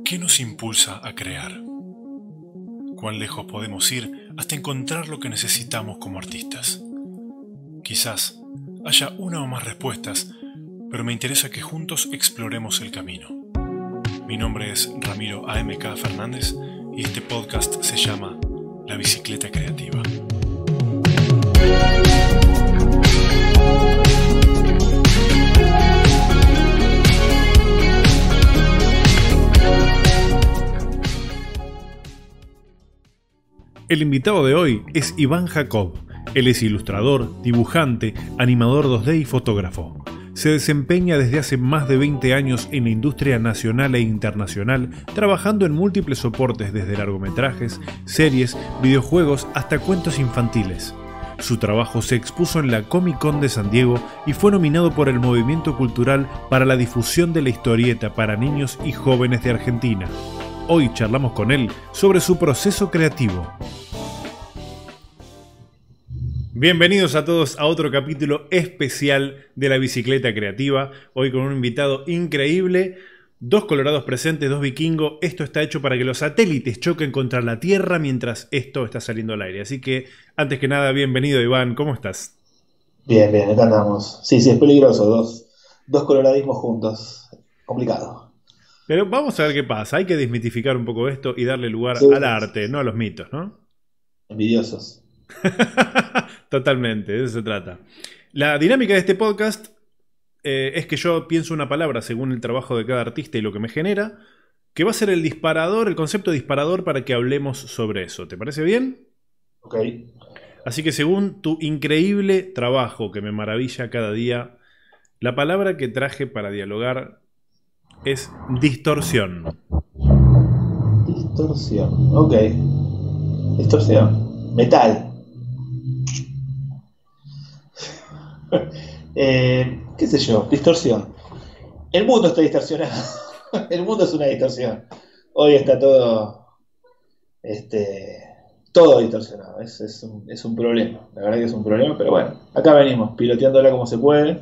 ¿Qué nos impulsa a crear? ¿Cuán lejos podemos ir hasta encontrar lo que necesitamos como artistas? Quizás haya una o más respuestas, pero me interesa que juntos exploremos el camino. Mi nombre es Ramiro AMK Fernández y este podcast se llama La Bicicleta Creativa. El invitado de hoy es Iván Jacob. Él es ilustrador, dibujante, animador 2D y fotógrafo. Se desempeña desde hace más de 20 años en la industria nacional e internacional, trabajando en múltiples soportes desde largometrajes, series, videojuegos hasta cuentos infantiles. Su trabajo se expuso en la Comic Con de San Diego y fue nominado por el Movimiento Cultural para la difusión de la historieta para niños y jóvenes de Argentina. Hoy charlamos con él sobre su proceso creativo. Bienvenidos a todos a otro capítulo especial de La Bicicleta Creativa. Hoy con un invitado increíble, 2 colorados presentes, 2 vikingos. Esto está hecho para que los satélites choquen contra la Tierra mientras esto está saliendo al aire. Así que, antes que nada, bienvenido Iván, ¿cómo estás? Bien, acá andamos. Sí, es peligroso, dos coloradismos juntos. Complicado. Pero vamos a ver qué pasa. Hay que desmitificar un poco esto y darle lugar al arte, no a los mitos, ¿no? Envidiosos. Totalmente, de eso se trata. La dinámica de este podcast es que yo pienso una palabra según el trabajo de cada artista y lo que me genera, que va a ser el disparador, el concepto disparador para que hablemos sobre eso. ¿Te parece bien? Ok. Así que según tu increíble trabajo que me maravilla cada día, la palabra que traje para dialogar es distorsión. Distorsión, ok. Distorsión. Metal. ¿Qué sé yo? Distorsión. El mundo está distorsionado. El mundo es una distorsión. Hoy está todo distorsionado. Es un problema. La verdad que es un problema, pero bueno, acá venimos piloteándola como se puede,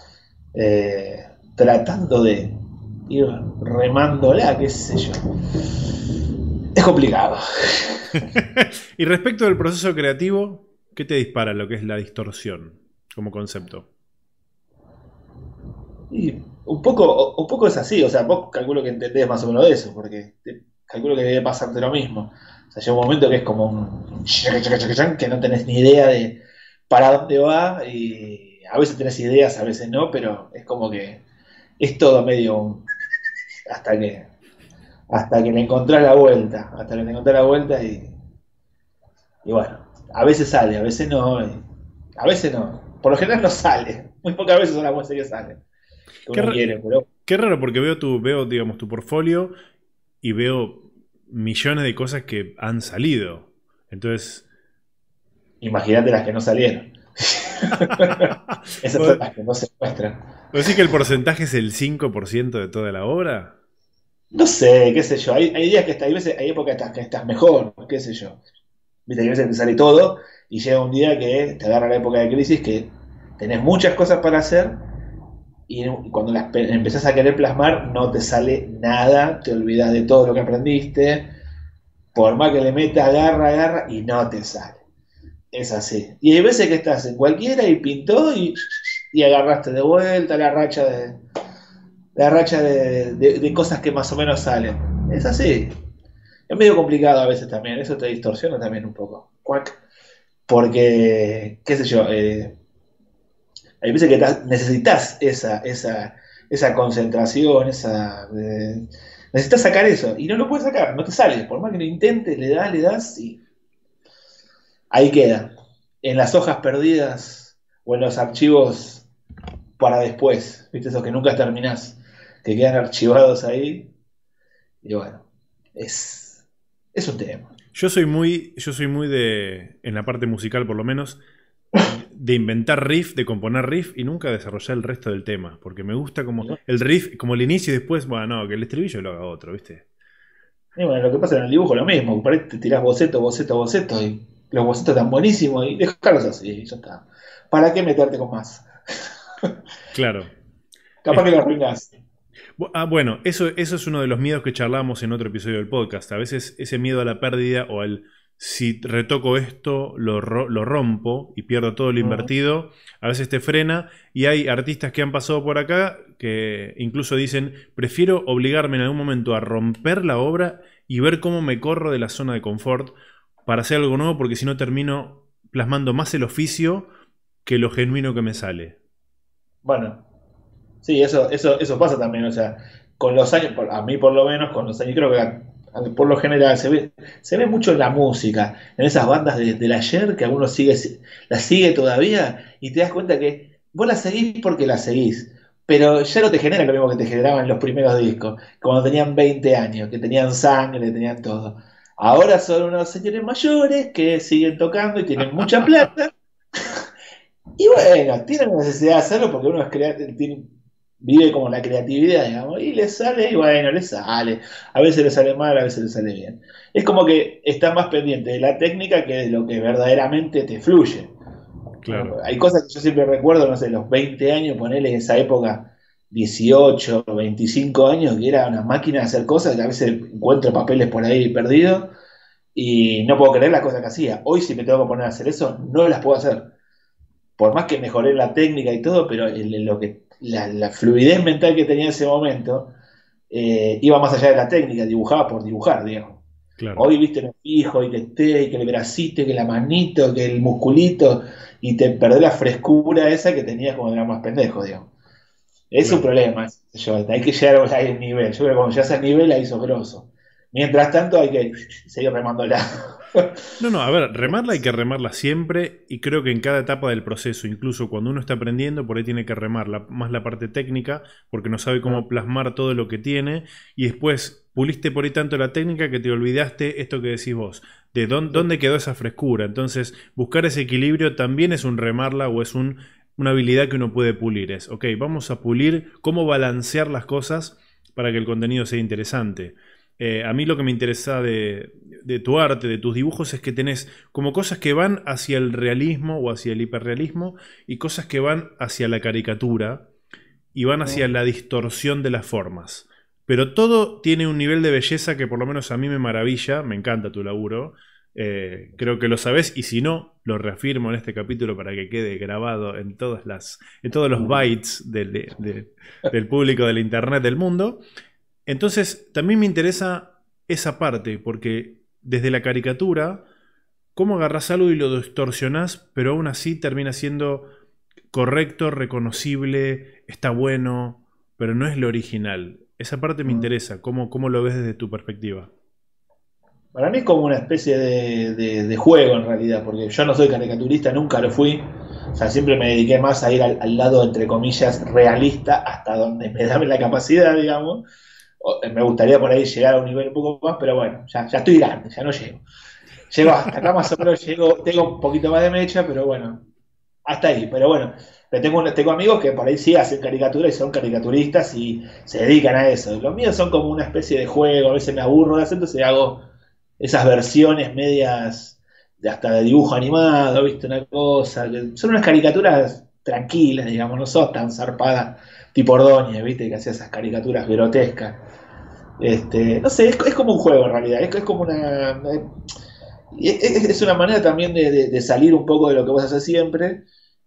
tratando de ir remándola, qué sé yo. Es complicado. Y respecto del proceso creativo, ¿qué te dispara lo que es la distorsión como concepto? Y un poco es así, o sea, vos calculo que entendés más o menos de eso, porque calculo que debe pasarte lo mismo. O sea, llega un momento que es como un que no tenés ni idea de para dónde va, y a veces tenés ideas, a veces no, pero es como que es todo medio hasta que le encontrás la vuelta, y bueno, a veces sale, a veces no, a veces no. Por lo general no sale, muy pocas veces son las cosas que salen. Qué raro, porque veo digamos, tu portfolio y veo millones de cosas que han salido. Entonces, imagínate las que no salieron. Esas son las que no se muestran. ¿Vos decís que el porcentaje es el 5% de toda la obra? No sé, qué sé yo. Hay días que hay épocas que estás mejor, qué sé yo. Viste, hay veces que te sale todo y llega un día que te agarra la época de crisis que tenés muchas cosas para hacer y cuando las empezás a querer plasmar no te sale nada, te olvidás de todo lo que aprendiste, por más que le metas, agarra y no te sale. Es así. Y hay veces que estás en cualquiera y pintó y agarraste de vuelta la racha de cosas que más o menos salen. Es así. Es medio complicado a veces también. Eso te distorsiona también un poco. Porque, qué sé yo, hay veces que necesitas esa concentración, necesitas sacar eso y no lo puedes sacar, no te sale. Por más que lo intentes, le das y ahí queda. En las hojas perdidas o en los archivos para después, ¿viste? Esos que nunca terminás, que quedan archivados ahí. Y bueno, es un tema. Yo soy muy de, en la parte musical por lo menos, de inventar riff, de componer riff y nunca desarrollar el resto del tema, porque me gusta como el riff, como el inicio y después, bueno, no, que el estribillo lo haga otro, ¿viste? Y bueno, lo que pasa en el dibujo es lo mismo, por ahí te tirás boceto y los bocetos están buenísimos y dejarlos así, ya está. ¿Para qué meterte con más? Claro. Capaz que lo arruinás. Bueno, eso es uno de los miedos que charlamos en otro episodio del podcast. A veces ese miedo a la pérdida o al si retoco esto, lo rompo y pierdo todo lo Ujú. invertido, a veces te frena. Y hay artistas que han pasado por acá que incluso dicen, prefiero obligarme en algún momento a romper la obra y ver cómo me corro de la zona de confort para hacer algo nuevo, porque si no termino plasmando más el oficio que lo genuino que me sale. Bueno, sí, eso pasa también, o sea, con los años, a mí por lo menos, con los años, creo que por lo general se ve mucho en la música, en esas bandas del ayer que alguno las sigue todavía y te das cuenta que vos las seguís porque las seguís, pero ya no te genera lo mismo que te generaban los primeros discos, cuando tenían 20 años, que tenían sangre, tenían todo. Ahora son unos señores mayores que siguen tocando y tienen mucha plata. Y bueno, tienen necesidad de hacerlo porque uno vive como la creatividad, digamos, y le sale, y bueno, le sale. A veces le sale mal, a veces le sale bien. Es como que está más pendiente de la técnica que de lo que verdaderamente te fluye. Claro, Hay cosas que yo siempre recuerdo, no sé, los 20 años, ponerle en esa época 18 25 años, que era una máquina de hacer cosas, que a veces encuentro papeles por ahí perdidos y no puedo creer las cosas que hacía. Hoy si me tengo que poner a hacer eso, no las puedo hacer por más que mejoré la técnica y todo, pero la fluidez mental que tenía en ese momento iba más allá de la técnica, dibujaba por dibujar, digamos. claro. Hoy, viste, me fijo y que el bracito, que la manito, que el musculito, y te perdés la frescura esa que tenías cuando eras más pendejo, digamos. Es un Claro. problema, hay que llegar a un nivel. Yo creo que cuando llegas al nivel ahí sos grosso. Mientras tanto hay que seguir remándola. No, no, a ver, remarla hay que remarla siempre y creo que en cada etapa del proceso, incluso cuando uno está aprendiendo, por ahí tiene que remar más la parte técnica porque no sabe cómo plasmar todo lo que tiene y después puliste por ahí tanto la técnica que te olvidaste esto que decís vos, de dónde quedó esa frescura. Entonces, buscar ese equilibrio también es un remarla o es una habilidad que uno puede pulir. Es, ok, vamos a pulir cómo balancear las cosas para que el contenido sea interesante. A mí lo que me interesa de tu arte, de tus dibujos, es que tenés como cosas que van hacia el realismo o hacia el hiperrealismo y cosas que van hacia la caricatura y van hacia la distorsión de las formas. Pero todo tiene un nivel de belleza que por lo menos a mí me maravilla, me encanta tu laburo. Creo que lo sabés y si no, lo reafirmo en este capítulo para que quede grabado en todos los bytes del público del internet del mundo. Entonces, también me interesa esa parte, porque desde la caricatura, cómo agarrás algo y lo distorsionás, pero aún así termina siendo correcto, reconocible, está bueno, pero no es lo original. Esa parte me interesa, cómo lo ves desde tu perspectiva. Para mí es como una especie de juego en realidad, porque yo no soy caricaturista, nunca lo fui. O sea, siempre me dediqué más a ir al lado, entre comillas, realista, hasta donde me da la capacidad, digamos. Me gustaría por ahí llegar a un nivel un poco más, pero bueno, ya estoy grande, ya no llego. Llego hasta acá más o menos, tengo un poquito más de mecha, pero bueno, hasta ahí. Pero bueno, tengo amigos que por ahí sí hacen caricatura y son caricaturistas y se dedican a eso. Los míos son como una especie de juego, a veces me aburro de hacer, entonces hago esas versiones medias hasta de dibujo animado, ¿viste? Una cosa, que son unas caricaturas tranquilas, digamos, no sos tan zarpada tipo Ordóñez, ¿viste? Que hacía esas caricaturas grotescas. No sé, es como un juego en realidad, es como es una manera también de salir un poco de lo que vos haces siempre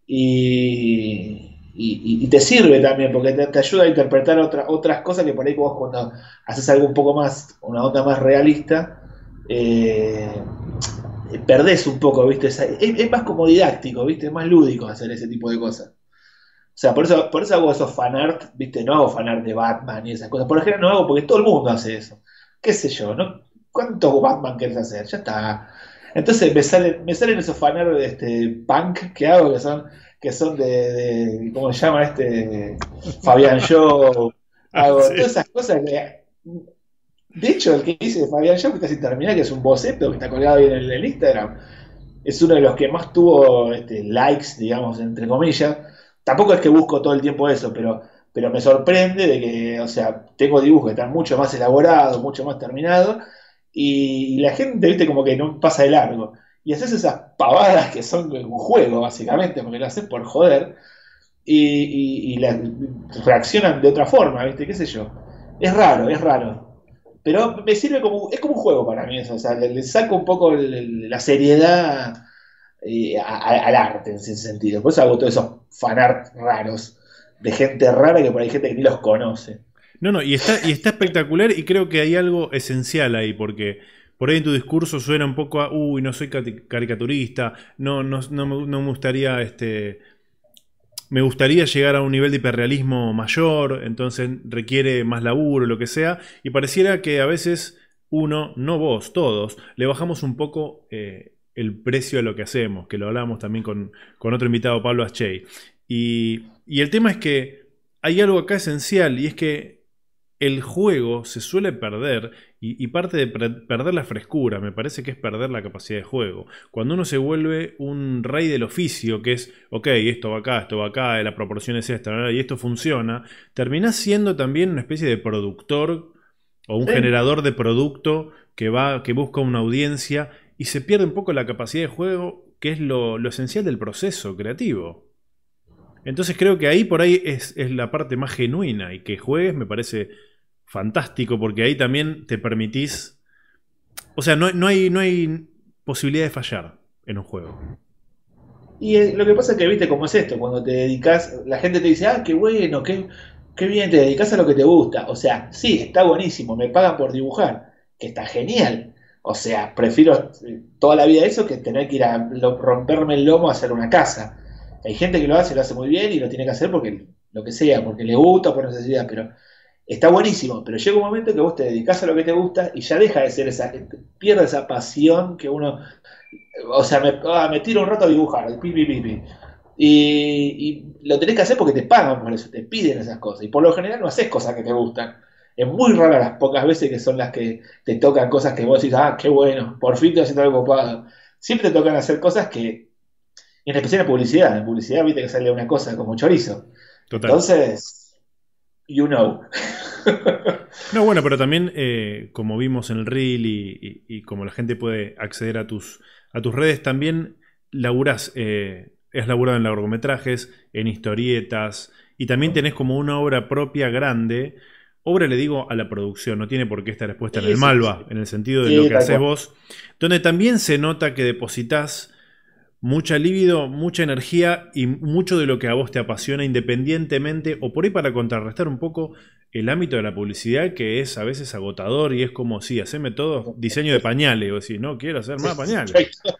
y te sirve también porque te ayuda a interpretar otras cosas que por ahí vos cuando haces algo un poco más, una onda más realista, eh, perdés un poco, ¿viste? Es más como didáctico, ¿viste? Es más lúdico hacer ese tipo de cosas. O sea, por eso hago esos fanart, ¿viste? No hago fanart de Batman y esas cosas. Por ejemplo, no hago porque todo el mundo hace eso. ¿Qué sé yo? ¿No? ¿Cuántos Batman querés hacer? Ya está. Entonces me salen esos fanart punk que hago, que son ¿cómo se llama Fabián Show. Ah, Hago todas sí. esas cosas de hecho, el que hice de Fabián Show, que casi termina, que es un boceto que está colgado ahí en el Instagram, es uno de los que más tuvo likes, digamos, entre comillas. Tampoco es que busco todo el tiempo eso, pero me sorprende de que, o sea, tengo dibujos que están mucho más elaborados, mucho más terminados, y la gente, viste, como que no pasa de largo. Y haces esas pavadas que son un juego, básicamente, porque lo haces por joder. reaccionan de otra forma, ¿viste? ¿Qué sé yo? Es raro, es raro. Pero me sirve es como un juego para mí eso, o sea, le saco un poco la seriedad al arte en ese sentido. Por eso hago todos esos fanart raros de gente rara que por ahí hay gente que ni los conoce. No, no, y está espectacular y creo que hay algo esencial ahí, porque por ahí en tu discurso suena un poco a, uy, no soy caricaturista, no me gustaría, me gustaría llegar a un nivel de hiperrealismo mayor, entonces requiere más laburo, lo que sea, y pareciera que a veces uno, no vos, todos, le bajamos un poco el precio a lo que hacemos, que lo hablamos también con otro invitado, Pablo Aschey. Y el tema es que hay algo acá esencial, y es que el juego se suele perder y parte de perder la frescura, me parece que es perder la capacidad de juego. Cuando uno se vuelve un rey del oficio, que es, ok, esto va acá, la proporción es esta, ¿no? Y esto funciona, terminás siendo también una especie de productor o un Sí. generador de producto que busca una audiencia y se pierde un poco la capacidad de juego, que es lo esencial del proceso creativo. Entonces creo que ahí por ahí es la parte más genuina y que juegues me parece fantástico porque ahí también te permitís... O sea, no hay posibilidad de fallar en un juego. Y lo que pasa es que, viste, cómo es esto, cuando te dedicas, la gente te dice, ah, qué bueno, qué bien, te dedicas a lo que te gusta. O sea, sí, está buenísimo, me pagan por dibujar, que está genial. O sea, prefiero toda la vida eso que tener que ir a romperme el lomo a hacer una casa. Hay gente que lo hace muy bien y lo tiene que hacer porque lo que sea, porque le gusta o por necesidad, pero está buenísimo. Pero llega un momento que vos te dedicas a lo que te gusta y ya deja de ser pierde esa pasión que uno o sea, me tiro un rato a dibujar, pi, pi, pi, pi. Y lo tenés que hacer porque te pagan por eso, te piden esas cosas. Y por lo general no haces cosas que te gustan. Es muy rara las pocas veces que son las que te tocan cosas que vos decís, ah, qué bueno, por fin estoy haciendo algo copado. Siempre te tocan hacer cosas que, en especial en publicidad viste que sale una cosa como chorizo. Total. Entonces, you know. No, bueno, pero también como vimos en el reel y como la gente puede acceder a tus redes, también laburás, has laburado en largometrajes, en historietas, y también tenés como una obra propia grande. Obra le digo a la producción, no tiene por qué estar expuesta en Sí, el sí, sí, Malva, en el sentido de lo sí, que tal haces cual. vos, donde también se nota que depositas mucha libido, mucha energía y mucho de lo que a vos te apasiona independientemente o por ahí para contrarrestar un poco el ámbito de la publicidad que es a veces agotador y es como, sí, haceme todo diseño de pañales, o decir, no, quiero hacer más pañales.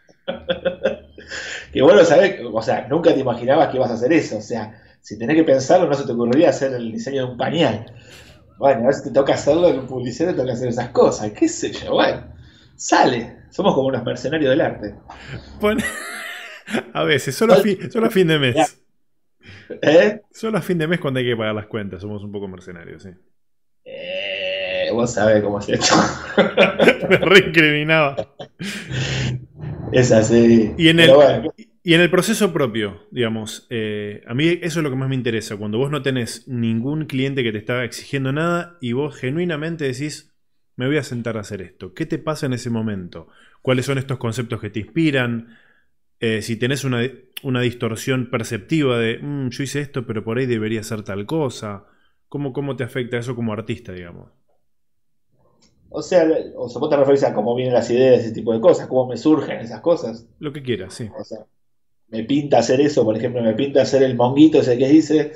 Que vos lo sabés, o sea, nunca te imaginabas que ibas a hacer eso. O sea, si tenés que pensarlo, no se te ocurriría hacer el diseño de un pañal. Bueno, a veces te toca hacerlo en un publicidad, te toca hacer esas cosas, qué sé yo, bueno, sale. Somos como unos mercenarios del arte. Pon- a veces, solo a fin de mes. ¿Eh? Solo a fin de mes cuando hay que pagar las cuentas, somos un poco mercenarios, sí. Vos sabés cómo es esto. Me reincriminaba. Es así. Y en Pero el, bueno, y en el proceso propio, digamos, a mí eso es lo que más me interesa, cuando vos no tenés ningún cliente que te está exigiendo nada y vos genuinamente decís, me voy a sentar a hacer esto. ¿Qué te pasa en ese momento? ¿Cuáles son estos conceptos que te inspiran? Si tenés una distorsión perceptiva de, yo hice esto, pero por ahí debería hacer tal cosa. ¿Cómo te afecta eso como artista, digamos? o sea, vos te referís a cómo vienen las ideas, ese tipo de cosas, cómo me surgen esas cosas. Lo que quieras, sí. O sea, me pinta hacer eso, por ejemplo, me pinta hacer el monguito ese que hice.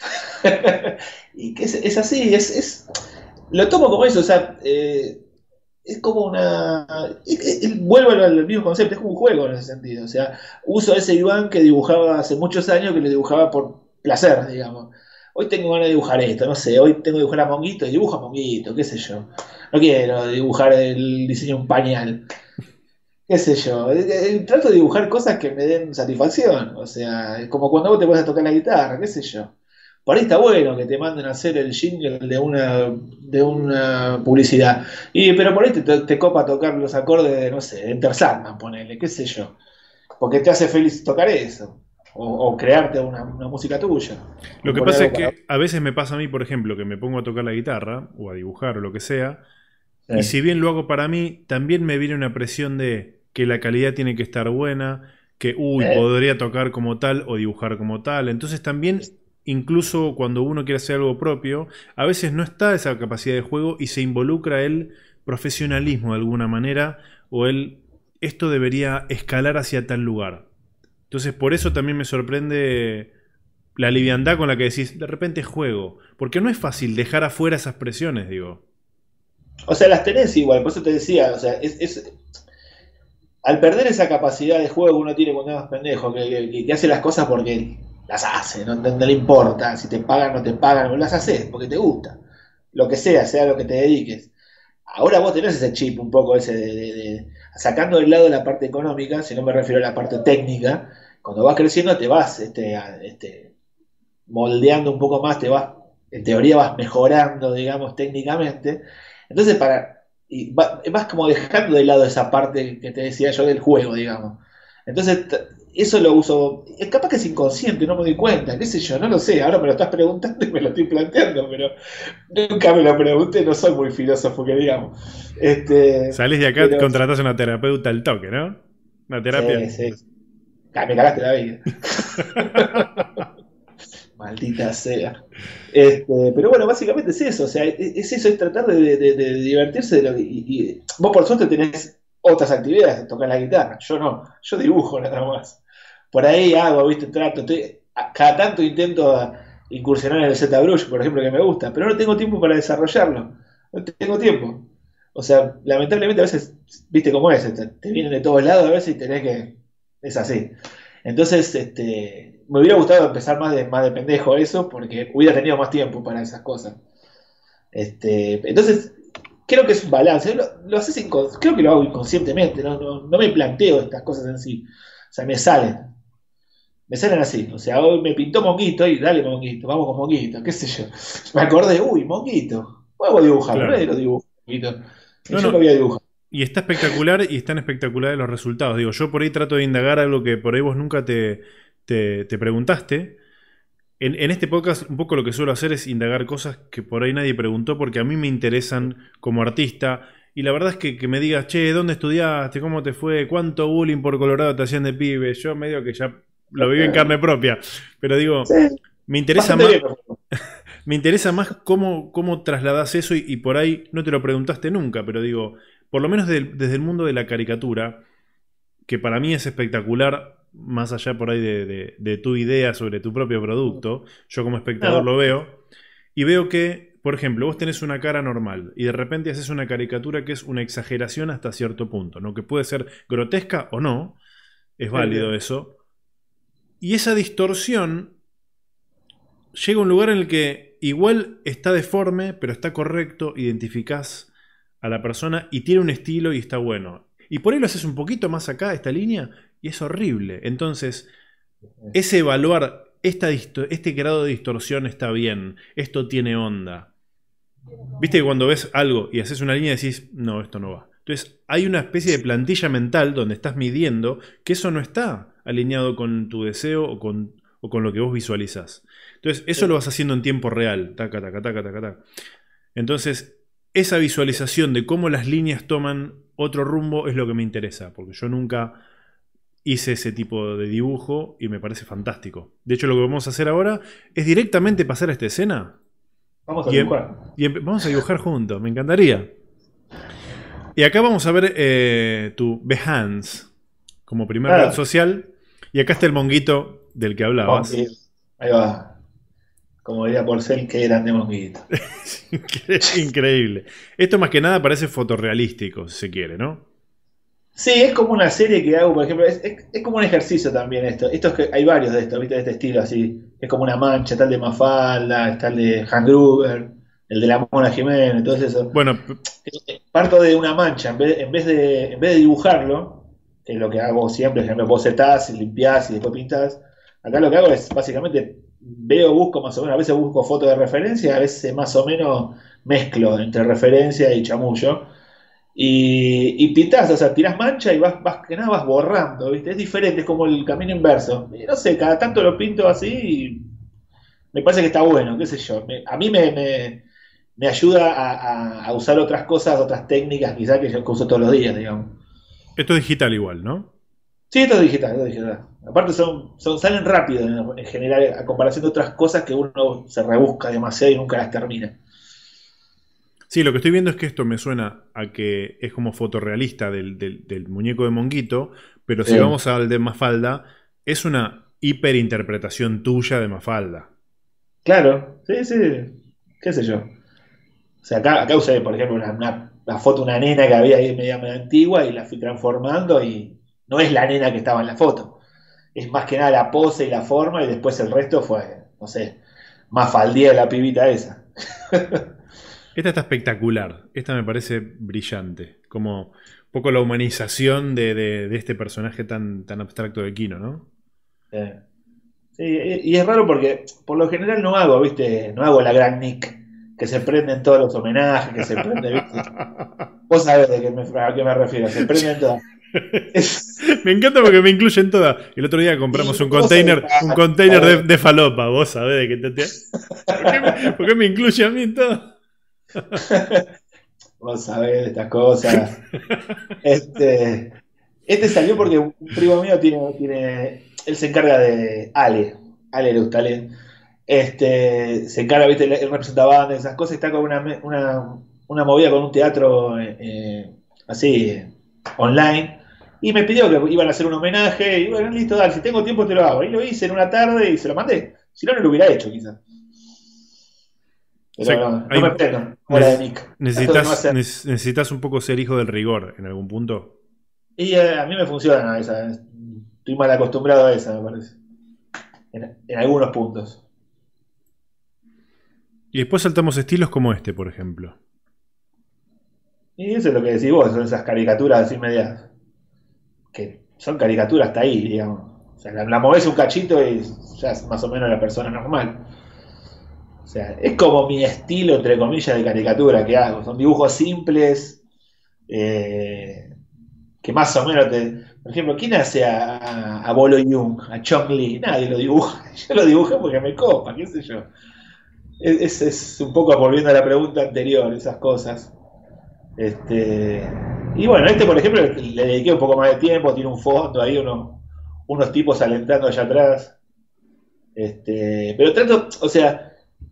Y que es así, lo tomo como eso, o sea, es como una... vuelvo al mismo concepto, es como un juego en ese sentido, o sea, uso ese Iván que dibujaba hace muchos años, que lo dibujaba por placer, digamos. Hoy tengo ganas de dibujar esto, no sé, hoy tengo que dibujar a Monguito y dibujo a Monguito, qué sé yo. No quiero dibujar el diseño de un pañal, qué sé yo. Trato de dibujar cosas que me den satisfacción, o sea, es como cuando vos te pones a tocar la guitarra, qué sé yo. Por ahí está bueno que te manden a hacer el jingle de una publicidad. Pero por ahí te copa tocar los acordes de, no sé, de Enter Sandman, ponele, qué sé yo. Porque te hace feliz tocar eso. O crearte una música tuya. Lo que Componer pasa es algo para... que a veces me pasa a mí, por ejemplo, que me pongo a tocar la guitarra o a dibujar o lo que sea, y Sí. si bien lo hago para mí, también me viene una presión de que la calidad tiene que estar buena, que, podría tocar como tal o dibujar como tal. Entonces también, incluso cuando uno quiere hacer algo propio, a veces no está esa capacidad de juego y se involucra el profesionalismo de alguna manera, o esto debería escalar hacia tal lugar. Entonces por eso también me sorprende la liviandad con la que decís, de repente juego. Porque no es fácil dejar afuera esas presiones, digo. O sea, las tenés igual, por eso te decía, o sea, al perder esa capacidad de juego que uno tiene cuando es más pendejo, que hace las cosas porque las hace, no le importa si te pagan o no te pagan, las haces porque te gusta, lo que sea lo que te dediques. Ahora vos tenés ese chip un poco ese sacando del lado la parte económica, si no me refiero a la parte técnica, cuando vas creciendo te vas moldeando un poco más, en teoría vas mejorando, digamos, técnicamente. Entonces, vas como dejando de lado esa parte que te decía yo del juego, digamos. Entonces, eso lo uso, capaz que es inconsciente, no me doy cuenta, qué sé yo, no lo sé, ahora me lo estás preguntando y me lo estoy planteando, pero nunca me lo pregunté, no soy muy filósofo, que digamos. Salís de acá, contratás a una terapeuta al toque, ¿no? Una terapia. Sí. Me cagaste la vida. Maldita sea. Pero bueno, básicamente es eso, o sea, es eso, es tratar de divertirse y vos por suerte tenés otras actividades, tocar la guitarra, yo no, yo dibujo nada más. Por ahí hago, viste, cada tanto intento incursionar en el ZBrush, por ejemplo, que me gusta, pero no tengo tiempo para desarrollarlo, no tengo tiempo. O sea, lamentablemente a veces, viste cómo es, te vienen de todos lados a veces y tenés que... Es así. Entonces, me hubiera gustado empezar más de pendejo eso, porque hubiera tenido más tiempo para esas cosas. Entonces, creo que es un balance. Lo haces creo que lo hago inconscientemente, no me planteo estas cosas en sí. O sea, me salen. Me salen así. O sea, hoy me pintó Monguito y dale Monguito, vamos con Monguito, qué sé yo. Me acordé, Monguito. Voy a dibujar, claro. No es lo dibujo, Monguito. No, yo lo voy a dibujar. Y está espectacular y están espectaculares los resultados. Digo, yo por ahí trato de indagar algo que por ahí vos nunca te preguntaste. En este podcast un poco lo que suelo hacer es indagar cosas que por ahí nadie preguntó porque a mí me interesan como artista. Y la verdad es que me digas, che, ¿dónde estudiaste? ¿Cómo te fue? ¿Cuánto bullying por Colorado te hacían de pibe? Yo medio que ya lo viví en carne propia. Pero digo, sí, me interesa más... Me interesa más cómo trasladás eso y por ahí no te lo preguntaste nunca, pero digo, por lo menos desde el mundo de la caricatura, que para mí es espectacular, más allá por ahí de tu idea sobre tu propio producto, yo como espectador lo veo, y veo que, por ejemplo, vos tenés una cara normal y de repente haces una caricatura que es una exageración hasta cierto punto, ¿no? Que puede ser grotesca o no, es válido eso, y esa distorsión llega a un lugar en el que igual está deforme, pero está correcto, identificás a la persona y tiene un estilo y está bueno. Y por ahí lo haces un poquito más acá, esta línea, y es horrible. Entonces, ese evaluar este grado de distorsión está bien, esto tiene onda. Viste que cuando ves algo y haces una línea decís, no, esto no va. Entonces, hay una especie de plantilla mental donde estás midiendo que eso no está alineado con tu deseo o con lo que vos visualizás. Entonces, eso lo vas haciendo en tiempo real. Taca, taca, taca, taca, taca. Entonces, esa visualización de cómo las líneas toman otro rumbo es lo que me interesa, porque yo nunca hice ese tipo de dibujo y me parece fantástico. De hecho, lo que vamos a hacer ahora es directamente pasar a esta escena. Vamos a dibujar. Vamos a dibujar juntos, me encantaría. Y acá vamos a ver tu Behance como primera red social. Y acá está el monguito del que hablabas. Ahí va. Como diría Porcel, qué grande Monguito. Increíble. Esto más que nada parece fotorrealístico, si se quiere, ¿no? Sí, es como una serie que hago, por ejemplo, es como un ejercicio también esto. Hay varios de estos, ¿viste? De este estilo así. Es como una mancha, está el de Mafalda, está el de Hans Gruber, el de la Mona Jiménez, todo eso. Bueno, parto de una mancha, en vez de dibujarlo, que es lo que hago siempre, por ejemplo, vos setás, limpiás y después pintás. Acá lo que hago es básicamente busco más o menos, a veces busco fotos de referencia, a veces más o menos mezclo entre referencia y chamullo. Y pintás, o sea, tirás mancha y vas borrando, ¿viste? Es diferente, es como el camino inverso. Y no sé, cada tanto lo pinto así y me parece que está bueno, qué sé yo. A mí me ayuda a usar otras cosas, otras técnicas quizás que yo uso todos los días, digamos. Esto es digital igual, ¿no? Sí, todo digital, todo digital. Aparte salen rápido en general, a comparación de otras cosas que uno se rebusca demasiado y nunca las termina. Sí, lo que estoy viendo es que esto me suena a que es como fotorrealista del muñeco de Monguito, pero si Sí. vamos al de Mafalda, es una hiperinterpretación tuya de Mafalda. Claro, sí, sí, qué sé yo. O sea, acá usé, por ejemplo, una foto de una nena que había ahí media antigua y la fui transformando y no es la nena que estaba en la foto. Es más que nada la pose y la forma y después el resto fue, no sé, más faldía de la pibita esa. Esta está espectacular, esta me parece brillante, como un poco la humanización de este personaje tan abstracto de Kino, ¿no? Eh, sí, y es raro porque por lo general no hago, ¿viste? No hago la gran Nick, que se prenden todos los homenajes, que se prende, ¿viste? Vos sabés a qué me refiero, se prenden todas. Es- Me encanta porque me incluyen todas. El otro día y compramos vos sabés, un container de falopa, vos sabés de qué ¿Por qué me incluye a mí todo? vos sabés de estas cosas. Este, este salió porque un primo mío él se encarga de Ale le gusta Ale. Se encarga, viste, él representa bandas, esas cosas, está con una movida con un teatro así, online, y me pidió que iban a hacer un homenaje, y bueno, listo, dale, si tengo tiempo te lo hago. Y lo hice en una tarde y se lo mandé. Si no, no lo hubiera hecho, quizás. O sea, Pero no, no me prendo, ahora de Nick. Trato de no hacer. necesitas un poco ser hijo del rigor en algún punto. Y a mí me funciona esa. Estoy mal acostumbrado a esa, me parece. En algunos puntos. Y después saltamos estilos como este, por ejemplo. Y eso es lo que decís vos, son esas caricaturas así medias. Que son caricaturas hasta ahí, digamos. O sea, la movés un cachito y ya es más o menos la persona normal. O sea, es como mi estilo, entre comillas, de caricatura que hago. Son dibujos simples, eh, que más o menos te. Por ejemplo, ¿quién hace a Bolo Yung, a Chong Li? Nadie lo dibuja. Yo lo dibujé porque me copa, qué sé yo. Es un poco volviendo a la pregunta anterior, esas cosas. Este, y bueno, por ejemplo, le dediqué un poco más de tiempo, tiene un fondo ahí, unos tipos alentando allá atrás. Pero trato, o sea,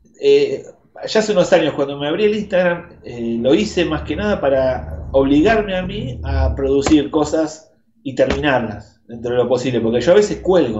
ya hace unos años cuando me abrí el Instagram, lo hice más que nada para obligarme a mí a producir cosas y terminarlas dentro de lo posible, porque yo a veces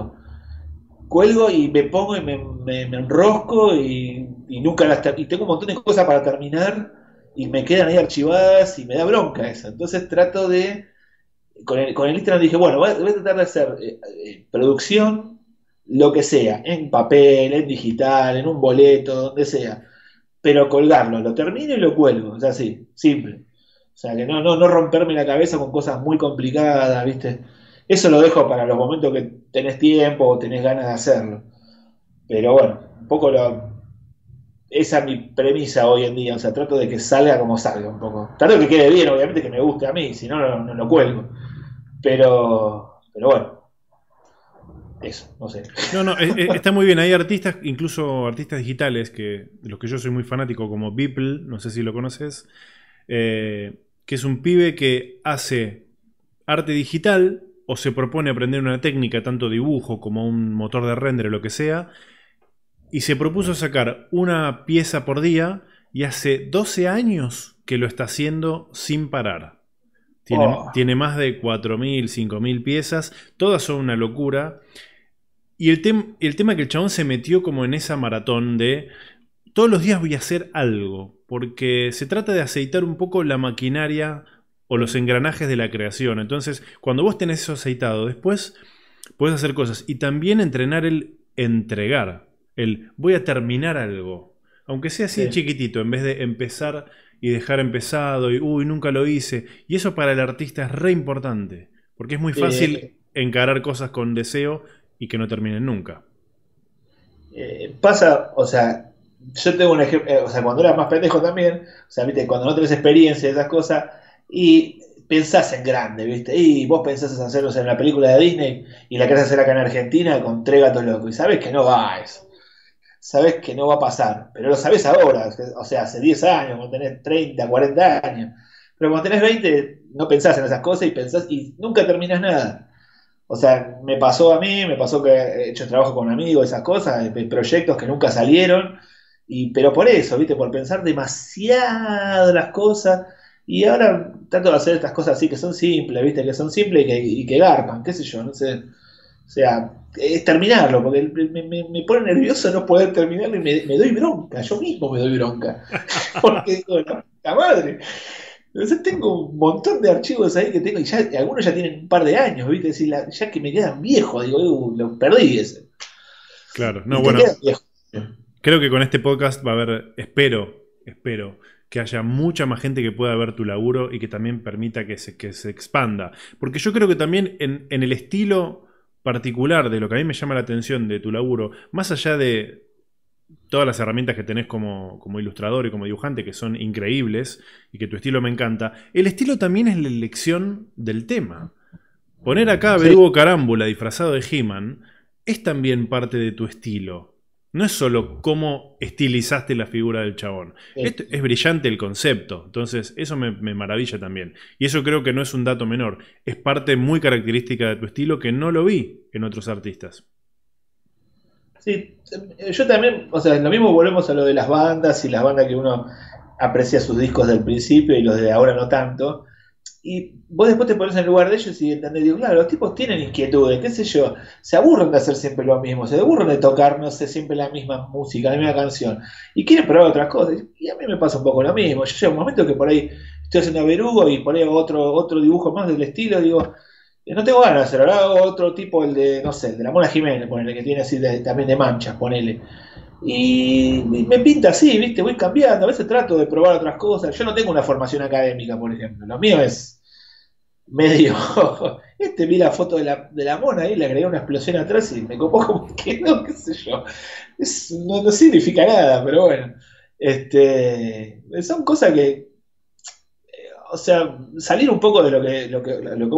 cuelgo y me pongo y me enrosco y nunca y tengo un montón de cosas para terminar y me quedan ahí archivadas y me da bronca eso. Entonces trato de, con el Instagram dije, bueno, voy a tratar de hacer producción, lo que sea, en papel, en digital, en un boleto, donde sea, pero colgarlo, lo termino y lo cuelgo, o sea, sí, simple. O sea, que no romperme la cabeza con cosas muy complicadas, ¿viste? Eso lo dejo para los momentos que tenés tiempo o tenés ganas de hacerlo. Pero bueno, un poco esa es mi premisa hoy en día. O sea, trato de que salga como salga un poco. Trato de que quede bien, obviamente que me guste a mí, si no, no lo cuelgo. Pero bueno, eso, no sé. No, no, está muy bien. Hay artistas, incluso artistas digitales, de los que yo soy muy fanático, como Beeple, no sé si lo conoces, que es un pibe que hace arte digital o se propone aprender una técnica, tanto dibujo como un motor de render o lo que sea, y se propuso sacar una pieza por día y hace 12 años que lo está haciendo sin parar. Oh, Tiene más de 4.000, 5.000 piezas, todas son una locura. Y el tema que el chabón se metió como en esa maratón de todos los días voy a hacer algo, porque se trata de aceitar un poco la maquinaria o los engranajes de la creación. Entonces, cuando vos tenés eso aceitado, después podés hacer cosas y también entrenar el entregar, el voy a terminar algo, aunque sea así de sí. chiquitito, en vez de empezar y dejar empezado y uy, nunca lo hice. Y eso para el artista es re importante, porque es muy Eh, fácil encarar cosas con deseo y que no terminen nunca. Pasa, o sea, yo tengo un ejemplo, o sea, cuando era más pendejo también, o sea, viste, cuando no tenés experiencia de esas cosas, y pensás en grande, viste, y vos pensás en hacerlo en la película de Disney y la querés hacer acá en Argentina con Tres Gatos Locos, y sabés que no va a eso, sabés que no va a pasar, pero lo sabés ahora, o sea, hace 10 años, cuando tenés 30 40 años, pero cuando tenés 20 no pensás en esas cosas y pensás, y nunca terminás nada. O sea, me pasó a mí, me pasó que he hecho trabajo con amigos, esas cosas, proyectos que nunca salieron, pero por eso, ¿viste? Por pensar demasiado las cosas, y ahora trato de hacer estas cosas así que son simples, ¿viste? Que son simples y que garpan, qué sé yo, no sé. O sea, es terminarlo, porque me pone nervioso no poder terminarlo y me doy bronca, yo mismo me doy bronca. Porque digo, la madre. Entonces tengo un montón de archivos ahí que tengo, y ya algunos ya tienen un par de años, ¿viste? Es decir, ya que me quedan viejos, digo, lo perdí ese. Claro, no, Y te bueno, quedan viejos. creo que con este podcast va a haber, espero que haya mucha más gente que pueda ver tu laburo y que también permita que se expanda. Porque yo creo que también en el estilo particular de lo que a mí me llama la atención de tu laburo, más allá de todas las herramientas que tenés como ilustrador y como dibujante, que son increíbles y que tu estilo me encanta, el estilo también es la elección del tema. Poner acá a Sí, Berugo Carámbula disfrazado de He-Man es también parte de tu estilo. No es solo cómo estilizaste la figura del chabón. sí. Esto es brillante el concepto. Entonces, eso me maravilla también. Y eso creo que no es un dato menor. Es parte muy característica de tu estilo que no lo vi en otros artistas. Sí, yo también, o sea, lo mismo volvemos a lo de las bandas y las bandas que uno aprecia sus discos del principio y los de ahora no tanto. Y vos después te pones en el lugar de ellos y entendés, digo, claro, los tipos tienen inquietudes, qué sé yo, se aburren de hacer siempre lo mismo, se aburren de tocar, no sé, siempre la misma música, la misma canción, y quieren probar otras cosas. Y a mí me pasa un poco lo mismo. Yo llego a un momento que por ahí estoy haciendo Verugo y por ahí hago otro dibujo más del estilo, digo, no tengo ganas de hacer, ahora hago otro tipo, el de, no sé, el de la Mona Jiménez, ponele, que tiene así también de manchas, ponele. Y me pinta así, ¿viste? Voy cambiando, a veces trato de probar otras cosas. Yo no tengo una formación académica, por ejemplo. Lo mío es medio. Vi la foto de la mona ahí, le agregué una explosión atrás y me copó como que no, qué sé yo. No significa nada, pero bueno. Son cosas que, o sea, salir un poco de lo que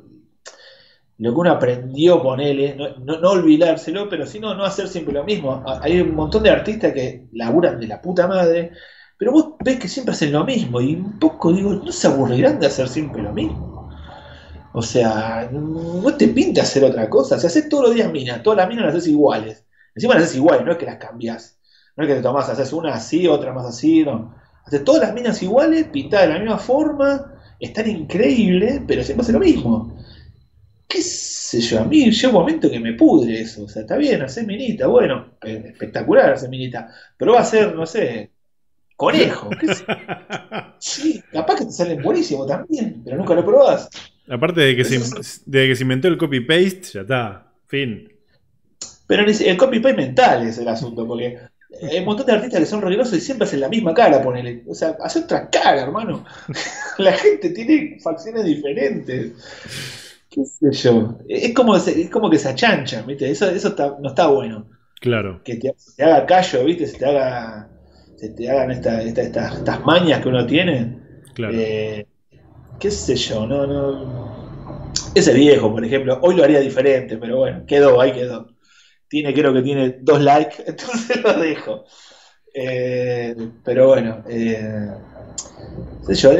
uno aprendió, ponele, no olvidárselo, pero sí no hacer siempre lo mismo. Hay un montón de artistas que laburan de la puta madre, pero vos ves que siempre hacen lo mismo, y un poco digo, ¿no se aburrirán de hacer siempre lo mismo? O sea, no te pinta hacer otra cosa. Si haces todos los días minas, todas las minas las haces iguales. Encima las haces iguales, no es que las cambias. No es que te tomás, haces una así, otra más así, no. Haces todas las minas iguales, pintadas de la misma forma, están increíbles, pero siempre hace lo mismo. Qué sé yo, a mí llega un momento que me pudre eso. O sea, está bien, hacer minita, bueno, espectacular hacer minita, pero va a ser, no sé, conejo, qué sé. Sí, capaz que te salen buenísimo también, pero nunca lo probás. Aparte de Eso es- de que se inventó el copy-paste, ya está. Fin. Pero el copy-paste mental es el asunto, porque hay un montón de artistas que son rigurosos y siempre hacen la misma cara, ponele. O sea, hace otra cara, hermano. La gente tiene facciones diferentes. ¿Qué sé yo? Es como que se achanchan, ¿viste? Eso no está bueno. Claro, Que te haga callo, ¿viste? Se te hagan estas mañas que uno tiene. claro. Eh, qué sé yo, ese viejo, por ejemplo, hoy lo haría diferente, pero bueno, quedó, ahí quedó. Creo que tiene 2 likes, entonces lo dejo. Pero bueno, qué sé yo,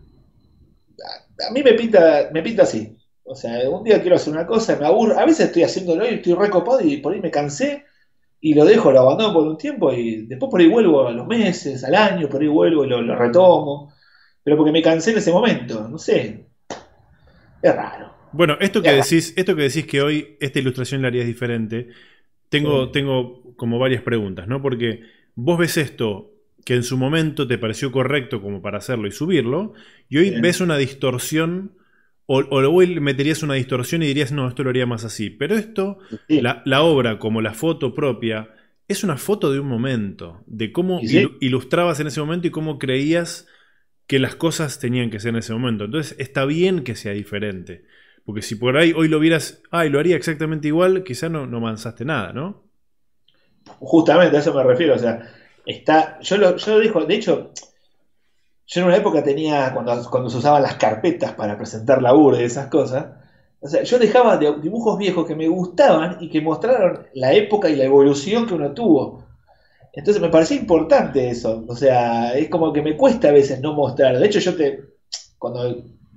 a mí me pinta así. O sea, un día quiero hacer una cosa, me aburro, a veces estoy haciéndolo y estoy recopado y por ahí me cansé y lo dejo, lo abandono por un tiempo y después por ahí vuelvo a los meses, al año, por ahí vuelvo y lo retomo. Pero porque me cansé en ese momento, no sé, es raro, Bueno, es raro. esto que decís que hoy esta ilustración la harías diferente, Sí, tengo como varias preguntas, ¿no? Porque vos ves esto que en su momento te pareció correcto como para hacerlo y subirlo, y hoy sí, ves una distorsión, o luego le meterías una distorsión y dirías, no, esto lo haría más así. Pero esto, sí, la obra como la foto propia, es una foto de un momento, de cómo y sí. ilustrabas en ese momento y cómo creías que las cosas tenían que ser en ese momento. Entonces está bien que sea diferente. Porque si por ahí hoy lo vieras, y lo haría exactamente igual, quizá no avanzaste nada, ¿no? Justamente a eso me refiero, o sea, yo lo digo, de hecho, yo en una época tenía, cuando se usaban las carpetas para presentar laburo y esas cosas, o sea, yo dejaba dibujos viejos que me gustaban y que mostraron la época y la evolución que uno tuvo. Entonces me parecía importante eso, o sea, es como que me cuesta a veces no mostrar. De hecho, cuando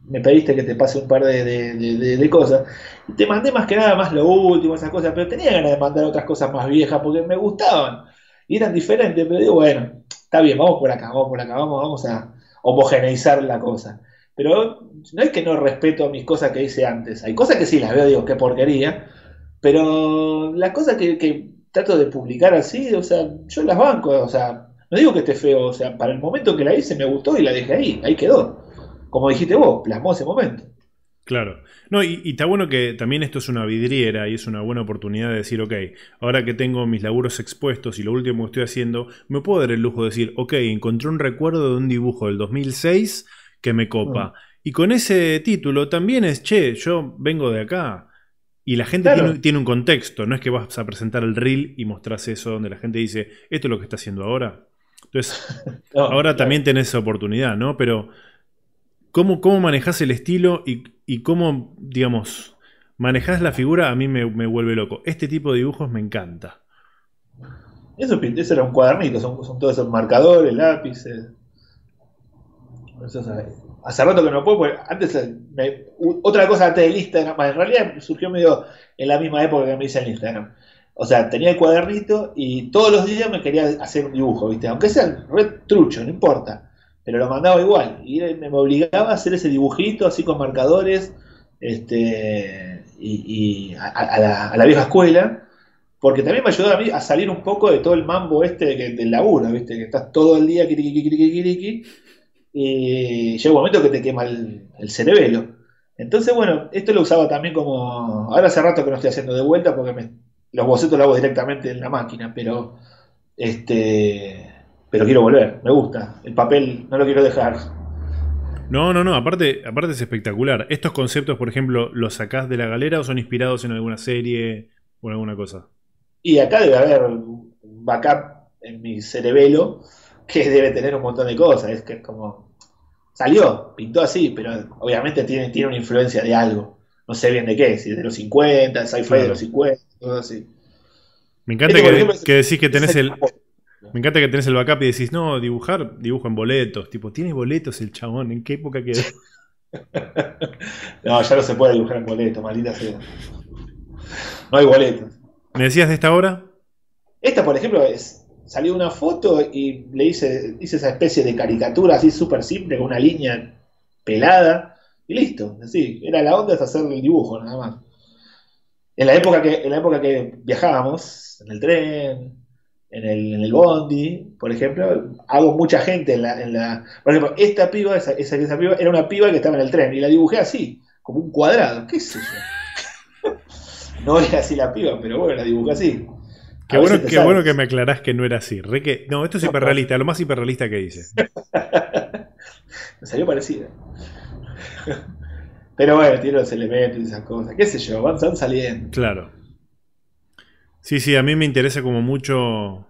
me pediste que te pase un par de cosas. Y te mandé más que nada más lo último, esas cosas, pero tenía ganas de mandar otras cosas más viejas porque me gustaban y eran diferentes, pero digo, bueno, está bien, vamos por acá, vamos a homogeneizar la cosa. Pero no es que no respeto mis cosas que hice antes. Hay cosas que sí las veo, digo, qué porquería, pero las cosas que trato de publicar así, o sea, yo las banco, o sea, no digo que esté feo, o sea, para el momento que la hice me gustó y la dejé ahí quedó. Como dijiste vos, plasmó ese momento. Claro. No, y está bueno que también esto es una vidriera y es una buena oportunidad de decir, ok, ahora que tengo mis laburos expuestos y lo último que estoy haciendo, me puedo dar el lujo de decir, ok, encontré un recuerdo de un dibujo del 2006 que me Mm. copa. Y con ese título también es, che, yo vengo de acá. Y la gente Claro. tiene un contexto, no es que vas a presentar el reel y mostrás eso donde la gente dice, esto es lo que está haciendo ahora. Entonces, No, ahora también claro. tenés esa oportunidad, ¿no? Pero cómo manejás el estilo y cómo, digamos, manejás la figura, a mí me vuelve loco. Este tipo de dibujos me encanta. Eso era un cuadernito, son todos esos marcadores, lápices. Hace rato que no puedo, porque antes otra cosa antes del Instagram, en realidad surgió medio en la misma época que me hice el Instagram. O sea, tenía el cuadernito y todos los días me quería hacer un dibujo, ¿viste? Aunque sea re trucho, no importa. Pero lo mandaba igual. Y me obligaba a hacer ese dibujito así con marcadores y a la vieja escuela. Porque también me ayudó a mí a salir un poco de todo el mambo del laburo, ¿viste? Que estás todo el día kiriki, y llega un momento que te quema el cerebelo. Entonces, bueno, esto lo usaba también como. Ahora hace rato que no estoy haciendo de vuelta porque los bocetos los hago directamente en la máquina, este, pero quiero volver, me gusta. El papel no lo quiero dejar. No, no, no, aparte es espectacular. ¿Estos conceptos, por ejemplo, los sacás de la galera o son inspirados en alguna serie o en alguna cosa? Y acá debe haber un backup en mi cerebelo que debe tener un montón de cosas. Es que es como. Salió, pintó así, pero obviamente tiene una influencia de algo. No sé bien de qué, si de los 50, el sci-fi de los Claro. 50, todo así. Me encanta Este, por ejemplo, que decís que ese tenés es el el. Me encanta que tenés el backup y decís, no, dibujo en boletos. Tipo, ¿tiene boletos el chabón? ¿En qué época quedó? No, ya no se puede dibujar en boleto, maldita sea. No hay boletos. ¿Me decías de esta obra? Esta, por ejemplo, salió una foto y hice esa especie de caricatura así súper simple, con una línea pelada, y listo. Así, era la onda es hacer el dibujo, nada más. En la época que viajábamos, en el tren, en el bondi, por ejemplo, hago mucha gente por ejemplo, esta piba, esa piba, era una piba que estaba en el tren, y la dibujé así, como un cuadrado, qué sé yo. No era así la piba, pero bueno, la dibujé así. A veces te Qué sale. bueno que me aclarás que no era así. No, esto es No, no. hiperrealista, lo más hiperrealista que hice. Me salió parecida. Pero bueno, tiene los elementos y esas cosas. ¿Qué sé yo? Van saliendo. Claro. Sí, sí, a mí me interesa como mucho.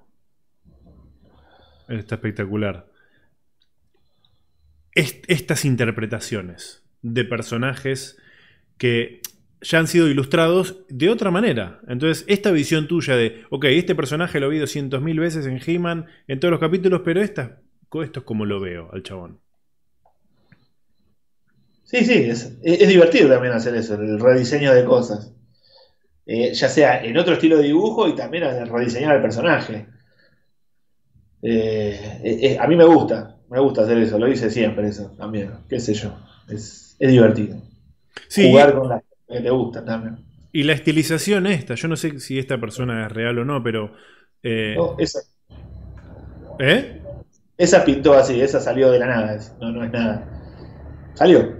Está espectacular. Estas interpretaciones de personajes que ya han sido ilustrados de otra manera. Entonces, esta visión tuya de, ok, este personaje lo vi 200.000 veces en He-Man, en todos los capítulos, pero esto es como lo veo al chabón. Sí, sí, es divertido también hacer eso, el rediseño de cosas. Ya sea en otro estilo de dibujo y también al rediseñar al personaje. A mí me gusta hacer eso, lo hice siempre eso también, qué sé yo. Es divertido. Jugar Sí, con las cosas que te gustan también. y la estilización esta, yo no sé si esta persona es real o no, pero... eh, No, ¿Eh? esa pintó así, esa salió de la nada, no, no es nada. Salió.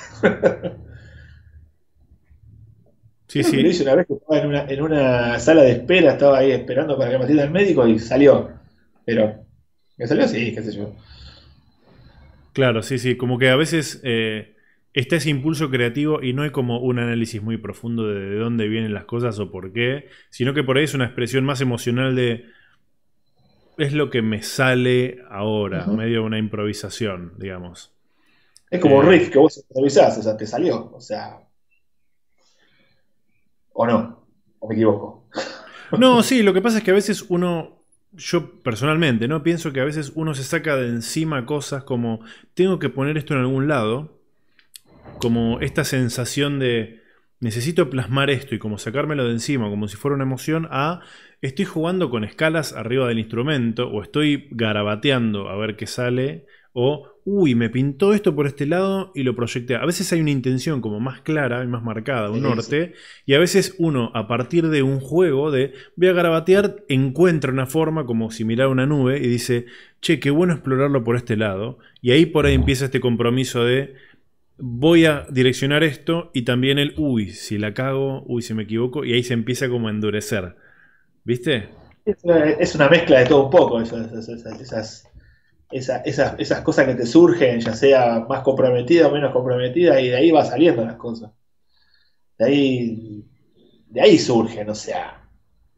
Sí, Creo que lo sí, hice una vez que estaba en una sala de espera, estaba ahí esperando para que me atienda el médico y salió. Pero, ¿me salió? Sí, qué sé yo. claro, sí, sí, como que a veces está ese impulso creativo y no hay como un análisis muy profundo de dónde vienen las cosas o por qué, sino que por ahí es una expresión más emocional de es lo que me sale ahora, Ujú. medio una improvisación, digamos. Es como Eh, Rick que vos improvisás, o sea, te salió, o sea, o no, o me equivoco. no, sí, lo que pasa es que a veces yo personalmente, ¿no? Pienso que a veces uno se saca de encima cosas como, tengo que poner esto en algún lado, como esta sensación de necesito plasmar esto y como sacármelo de encima, como si fuera una emoción, a estoy jugando con escalas arriba del instrumento, o estoy garabateando a ver qué sale, o uy, me pintó esto por este lado y lo proyecté. A veces hay una intención como más clara y más marcada, un norte, y a veces uno, a partir de un juego de voy a garabatear, encuentra una forma como si mirara una nube y dice, che, qué bueno explorarlo por este lado, y ahí por ahí empieza este compromiso de voy a direccionar esto y también el uy, si la cago, uy, si me equivoco, y ahí se empieza como a endurecer. ¿Viste? Es una mezcla de todo un poco, esas cosas que te surgen, ya sea más comprometida o menos comprometida, y de ahí va saliendo las cosas. De ahí, de ahí surgen, o sea,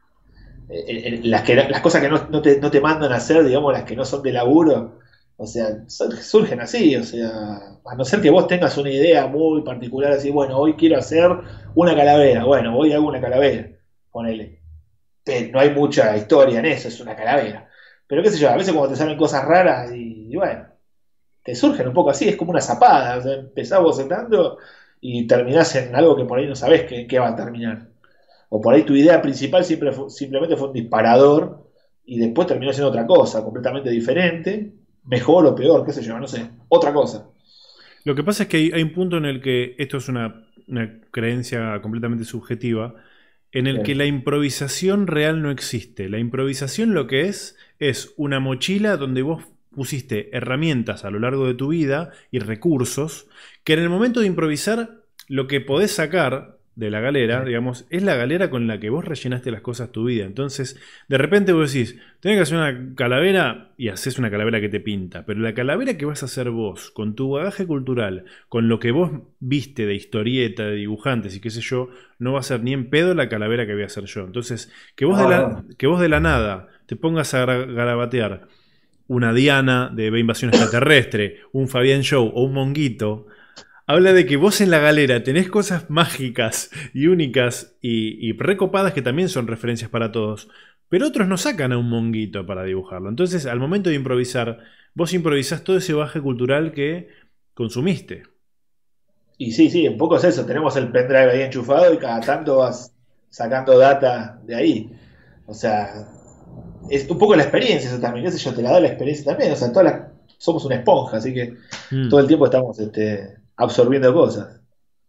las cosas que no te mandan a hacer, digamos, las que no son de laburo, o sea, surgen así, o sea, a no ser que vos tengas una idea muy particular, así, bueno, hoy quiero hacer una calavera, bueno, hoy hago una calavera, ponele. No hay mucha historia en eso, es una calavera. Pero qué sé yo, a veces cuando te salen cosas raras y bueno, te surgen un poco así, es como una zapada, o sea, empezás bocetando y terminás en algo que por ahí no sabés qué va a terminar. O por ahí tu idea principal simplemente fue un disparador y después terminó siendo otra cosa, completamente diferente, mejor o peor, qué sé yo, no sé, otra cosa. Lo que pasa es que hay un punto en el que esto es una creencia completamente subjetiva, en el que Bien. la improvisación real no existe. La improvisación lo que es una mochila donde vos pusiste herramientas a lo largo de tu vida y recursos que en el momento de improvisar lo que podés sacar de la galera, digamos, es la galera con la que vos rellenaste las cosas tu vida. Entonces, de repente vos decís, tenés que hacer una calavera y haces una calavera que te pinta, pero la calavera que vas a hacer vos, con tu bagaje cultural, con lo que vos viste de historieta, de dibujantes y qué sé yo, no va a ser ni en pedo la calavera que voy a hacer yo. Entonces, No, no. que vos de la nada te pongas a garabatear una Diana de Invasión Extraterrestre, un Fabián Show o un Monguito, habla de que vos en la galera tenés cosas mágicas y únicas y recopadas que también son referencias para todos, pero otros no sacan a un monguito para dibujarlo. Entonces, al momento de improvisar, vos improvisás todo ese baje cultural que consumiste. Y sí, sí, un poco es eso, tenemos el pendrive ahí enchufado y cada tanto vas sacando data de ahí. O sea, es un poco la experiencia eso también, qué sé yo, te la da la experiencia también. O sea, somos una esponja, así que todo Mm. el tiempo estamos absorbiendo cosas.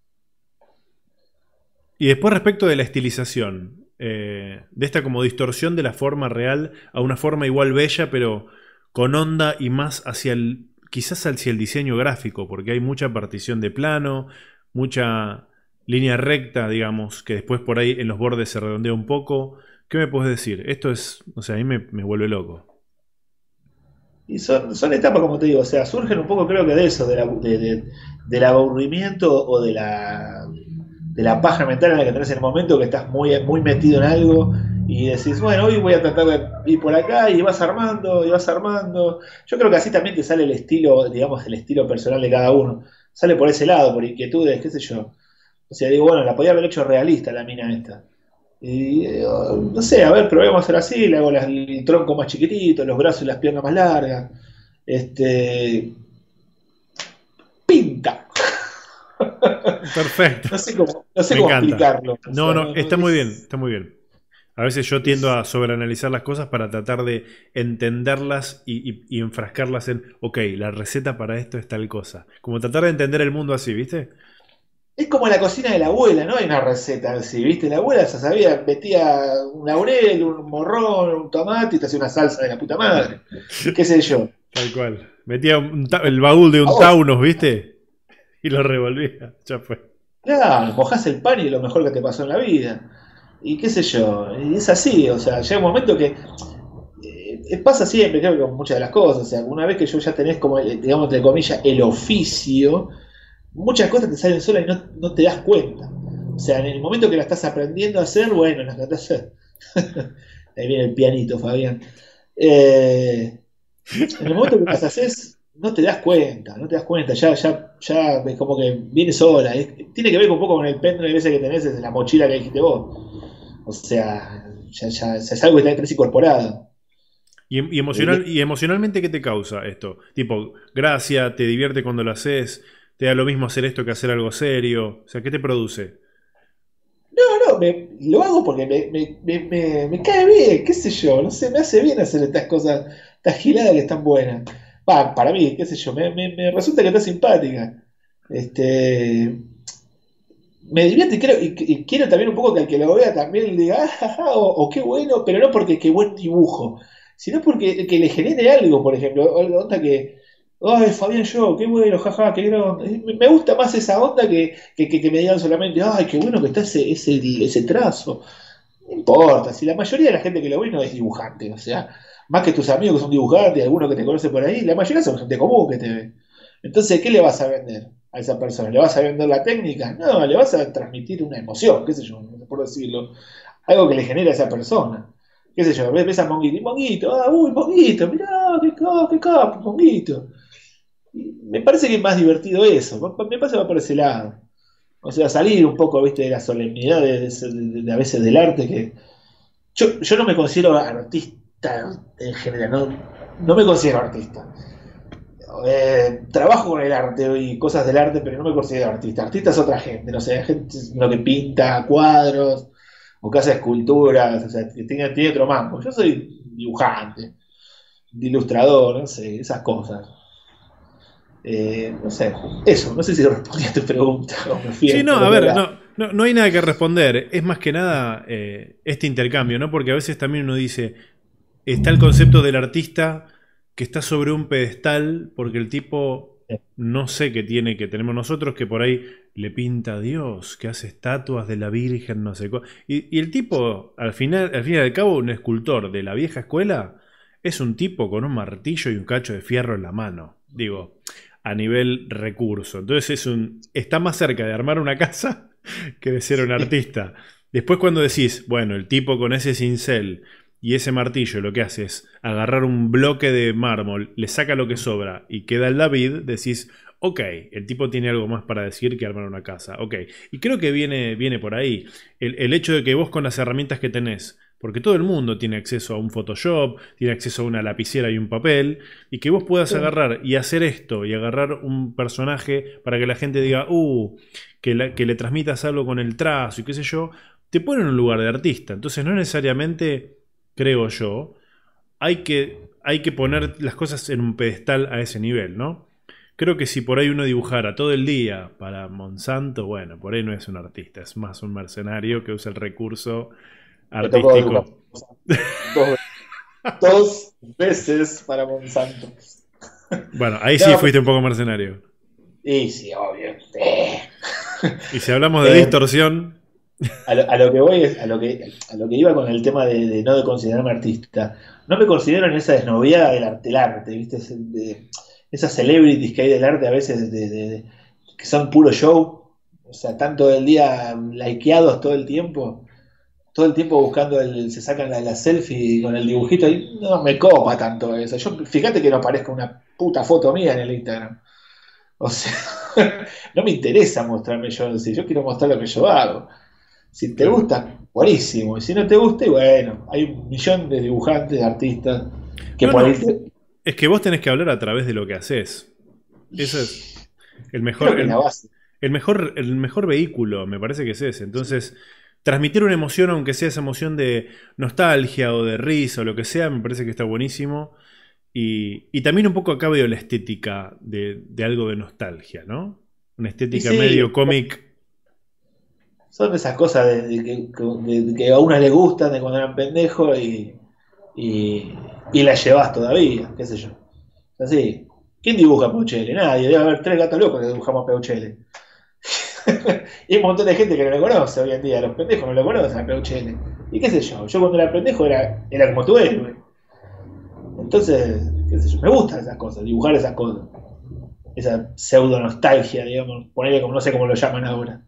Y después respecto de la estilización, de esta como distorsión de la forma real a una forma igual bella, pero con onda y más hacia quizás hacia el diseño gráfico, porque hay mucha partición de plano, mucha línea recta, digamos, que después por ahí en los bordes se redondea un poco. ¿Qué me puedes decir? Esto es, o sea, a mí me vuelve loco. Y son etapas, como te digo, o sea, surgen un poco creo que de eso, del aburrimiento o de la paja mental en la que tenés en el momento que estás muy metido en algo y decís, bueno, hoy voy a tratar de ir por acá y vas armando y vas armando. Yo creo que así también te sale el estilo, digamos, el estilo personal de cada uno. Sale por ese lado, por inquietudes, qué sé yo. O sea, digo, bueno, la podía haber hecho realista la mina esta. Y no sé, a ver, probemos a hacer así, le hago el tronco más chiquitito, los brazos y las piernas más largas. Este, pinta. Perfecto. Me No sé cómo encanta. explicarlo. O No, sea, no, está muy bien, está muy bien. A veces yo tiendo es- a sobreanalizar las cosas para tratar de entenderlas y enfrascarlas en, ok, la receta para esto es tal cosa. Como tratar de entender el mundo así, ¿viste? es como la cocina de la abuela, no hay una receta así, ¿viste? La abuela ya sabía, metía un laurel, un morrón, un tomate y te hacía una salsa de la puta madre. ¿Qué sé yo? Tal cual. Metía el baúl de A un vos. Taunus, ¿viste? Y lo revolvía. Ya fue. Claro, mojás el pan y es lo mejor que te pasó en la vida. Y qué sé yo, y es así, o sea, llega un momento que pasa siempre, creo que con muchas de las cosas, o sea, una vez que yo ya tenés como, digamos, entre comillas, el oficio, muchas cosas te salen solas y no te das cuenta. O sea, en el momento que la estás aprendiendo a hacer, bueno, las tratás a hacer. Ahí viene el pianito, Fabián. En el momento que las haces, no te das cuenta, no te das cuenta, ya es como que viene sola. Tiene que ver un poco con el pendrive ese que tenés, es la mochila que dijiste vos. O sea, ya es algo que tenés incorporado. Y emocionalmente, ¿qué te causa esto? Tipo, gracia, te divierte cuando lo haces, ¿Te da lo mismo hacer esto que hacer algo serio? O sea, ¿qué te produce? No, lo hago porque me cae bien, qué sé yo, no sé, me hace bien hacer estas cosas, estas giladas que están buenas. Para mí, qué sé yo, me resulta que está simpática. Este, me divierte y quiero también un poco que el que lo vea también le diga, o qué bueno, pero no porque qué buen dibujo, sino porque que le genere algo, por ejemplo, onda que, ay, Fabián Yo, qué bueno, jaja, qué grande. Me gusta más esa onda que me digan solamente, ay, qué bueno que está ese trazo. No importa, si la mayoría de la gente que lo ve no es dibujante, o sea, más que tus amigos que son dibujantes, algunos que te conocen por ahí, la mayoría son gente común que te ve. Entonces, ¿qué le vas a vender a esa persona? ¿Le vas a vender la técnica? No, le vas a transmitir una emoción, qué sé yo, no sé por decirlo. Algo que le genera a esa persona. ¿Qué sé yo? Ves a Monguito, y Monguito, uy, Monguito, mirá, qué capo, Monguito. Y me parece que es más divertido eso, me parece que va por ese lado. O sea, salir un poco, viste, de la solemnidad a veces del arte, que yo no me considero artista en general, no me considero artista. Trabajo con el arte y cosas del arte, pero no me considero artista. Artista es otra gente, no sé, gente lo que pinta cuadros o que hace esculturas, o sea, que tiene otro mambo. Yo soy dibujante, ilustrador, no sé, esas cosas. No sé, eso, no sé si respondí a tu pregunta o me fui Sí, no, por a otro ver, lado. no hay nada que responder. Es más que nada este intercambio, ¿no? Porque a veces también uno dice, está el concepto del artista que está sobre un pedestal porque el tipo no sé qué tiene que tenemos nosotros que por ahí le pinta a Dios, que hace estatuas de la Virgen, no sé. Y el tipo, al fin y al cabo, un escultor de la vieja escuela es un tipo con un martillo y un cacho de fierro en la mano. Digo, a nivel recurso. Entonces está más cerca de armar una casa que de ser un artista. Después cuando decís, bueno, el tipo con ese cincel y ese martillo lo que hace es agarrar un bloque de mármol, le saca lo que sobra y queda el David, decís, ok, el tipo tiene algo más para decir que armar una casa, ok. Y creo que viene por ahí. El hecho de que vos con las herramientas que tenés, porque todo el mundo tiene acceso a un Photoshop, tiene acceso a una lapicera y un papel, y que vos puedas agarrar y hacer esto y agarrar un personaje para que la gente diga, que le transmitas algo con el trazo y qué sé yo, te pone en un lugar de artista. Entonces no necesariamente, creo yo, hay que poner las cosas en un pedestal a ese nivel, ¿no? Creo que si por ahí uno dibujara todo el día para Monsanto, bueno, por ahí no es un artista, es más un mercenario que usa el recurso Me tocó dibujar artístico. dos, dos veces para Monsanto. Bueno, ahí sí No, fuiste un poco mercenario. y sí, obvio. Y si hablamos de Eh, distorsión, a lo que voy es a lo que iba con el tema de no de considerarme artista. No me considero en esa desnoviada del arte, ¿viste? Esas celebrities que hay del arte a veces que son puro show, o sea, tanto el día likeados todo el tiempo buscando se sacan la selfie con el dibujito y no me copa tanto eso. Yo, fíjate que no aparezca una puta foto mía en el Instagram. O sea, no me interesa mostrarme yo, si yo quiero mostrar lo que yo hago. Si te claro. gusta, buenísimo. Y si no te gusta, y bueno, hay un millón de dibujantes, de artistas que No, por ahí no, es que vos tenés que hablar a través de lo que haces. Ese es el creo mejor, que es la base. el mejor vehículo, me parece que es ese. Entonces, transmitir una emoción, aunque sea esa emoción de nostalgia o de risa o lo que sea, me parece que está buenísimo. Y también un poco acá veo la estética de algo de nostalgia, ¿no? Una Y estética sí, medio cómic. son esas cosas de que a unas les gustan de cuando eran pendejos y, y las llevas todavía, qué sé yo. Así. ¿Quién dibuja a Peuchele? Nadie. Debe haber tres gatos locos que dibujamos a Peuchele. Y hay un montón de gente que no lo conoce hoy en día. Los pendejos no lo conocen a Peuchele. Y qué sé yo. Yo cuando era pendejo era como tu héroe. Entonces, qué sé yo. Me gustan esas cosas, dibujar esas cosas. Esa pseudo nostalgia, digamos. Ponerle como no sé cómo lo llaman ahora.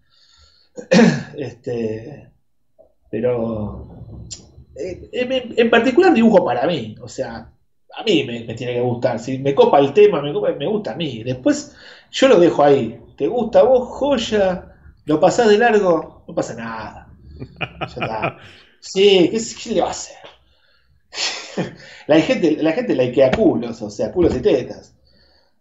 Este, pero en particular dibujo para mí. O sea, a mí me tiene que gustar. Si me copa el tema, me gusta a mí. Después yo lo dejo ahí. ¿Te gusta a vos, joya? ¿Lo pasás de largo? No pasa nada. Ya está. Sí, ¿qué le va a hacer? La gente likea culos, o sea, culos y tetas.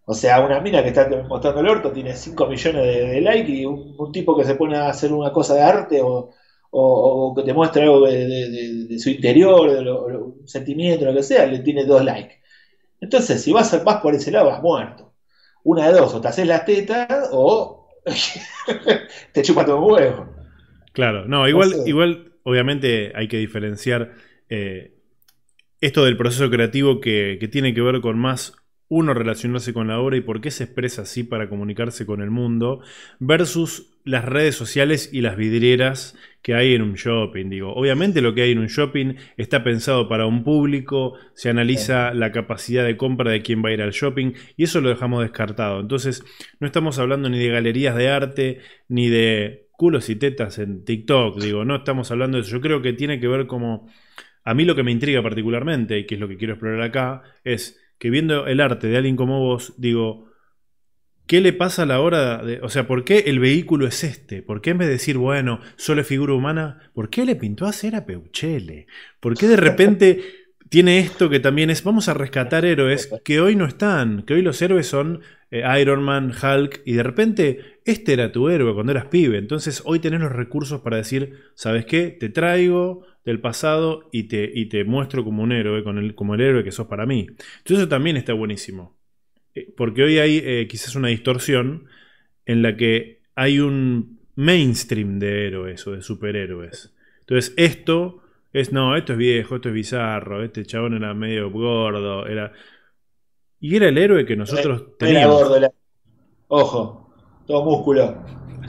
O sea, una mina que está mostrando el orto tiene 5 millones de likes y un tipo que se pone a hacer una cosa de arte o que te muestra algo de su interior, un sentimiento, lo que sea, le tiene 2 likes. Entonces, si vas por ese lado, vas muerto. Una de dos, o te haces las tetas o te chupa todo un huevo. Claro, no, No igual, sé. igual obviamente hay que diferenciar esto del proceso creativo que tiene que ver con más uno relacionarse con la obra y por qué se expresa así para comunicarse con el mundo, versus las redes sociales y las vidrieras que hay en un shopping. Digo, obviamente lo que hay en un shopping está pensado para un público, se analiza la capacidad de compra de quien va a ir al shopping y eso lo dejamos descartado. Entonces, no estamos hablando ni de galerías de arte, ni de culos y tetas en TikTok, digo, no estamos hablando de eso. Yo creo que tiene que ver como a mí lo que me intriga particularmente, y que es lo que quiero explorar acá, es que viendo el arte de alguien como vos, digo, ¿qué le pasa a la hora de... O sea, ¿por qué el vehículo es este? ¿Por qué en vez de decir, bueno, solo es figura humana, ¿por qué le pintó a hacer a Peuchele? ¿Por qué de repente tiene esto que también es, vamos a rescatar héroes que hoy no están, que hoy los héroes son Iron Man, Hulk, y de repente este era tu héroe cuando eras pibe, entonces hoy tenés los recursos para decir, ¿sabes qué? Te traigo del pasado y te muestro como un héroe, como el héroe que sos para mí. Entonces eso también está buenísimo. Porque hoy hay quizás una distorsión en la que hay un mainstream de héroes o de superhéroes. Entonces esto es, no, esto es viejo, esto es bizarro, este chabón era medio gordo, era... Y era el héroe que nosotros No era teníamos. gordo, ojo, todo músculo.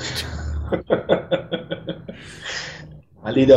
Maldito.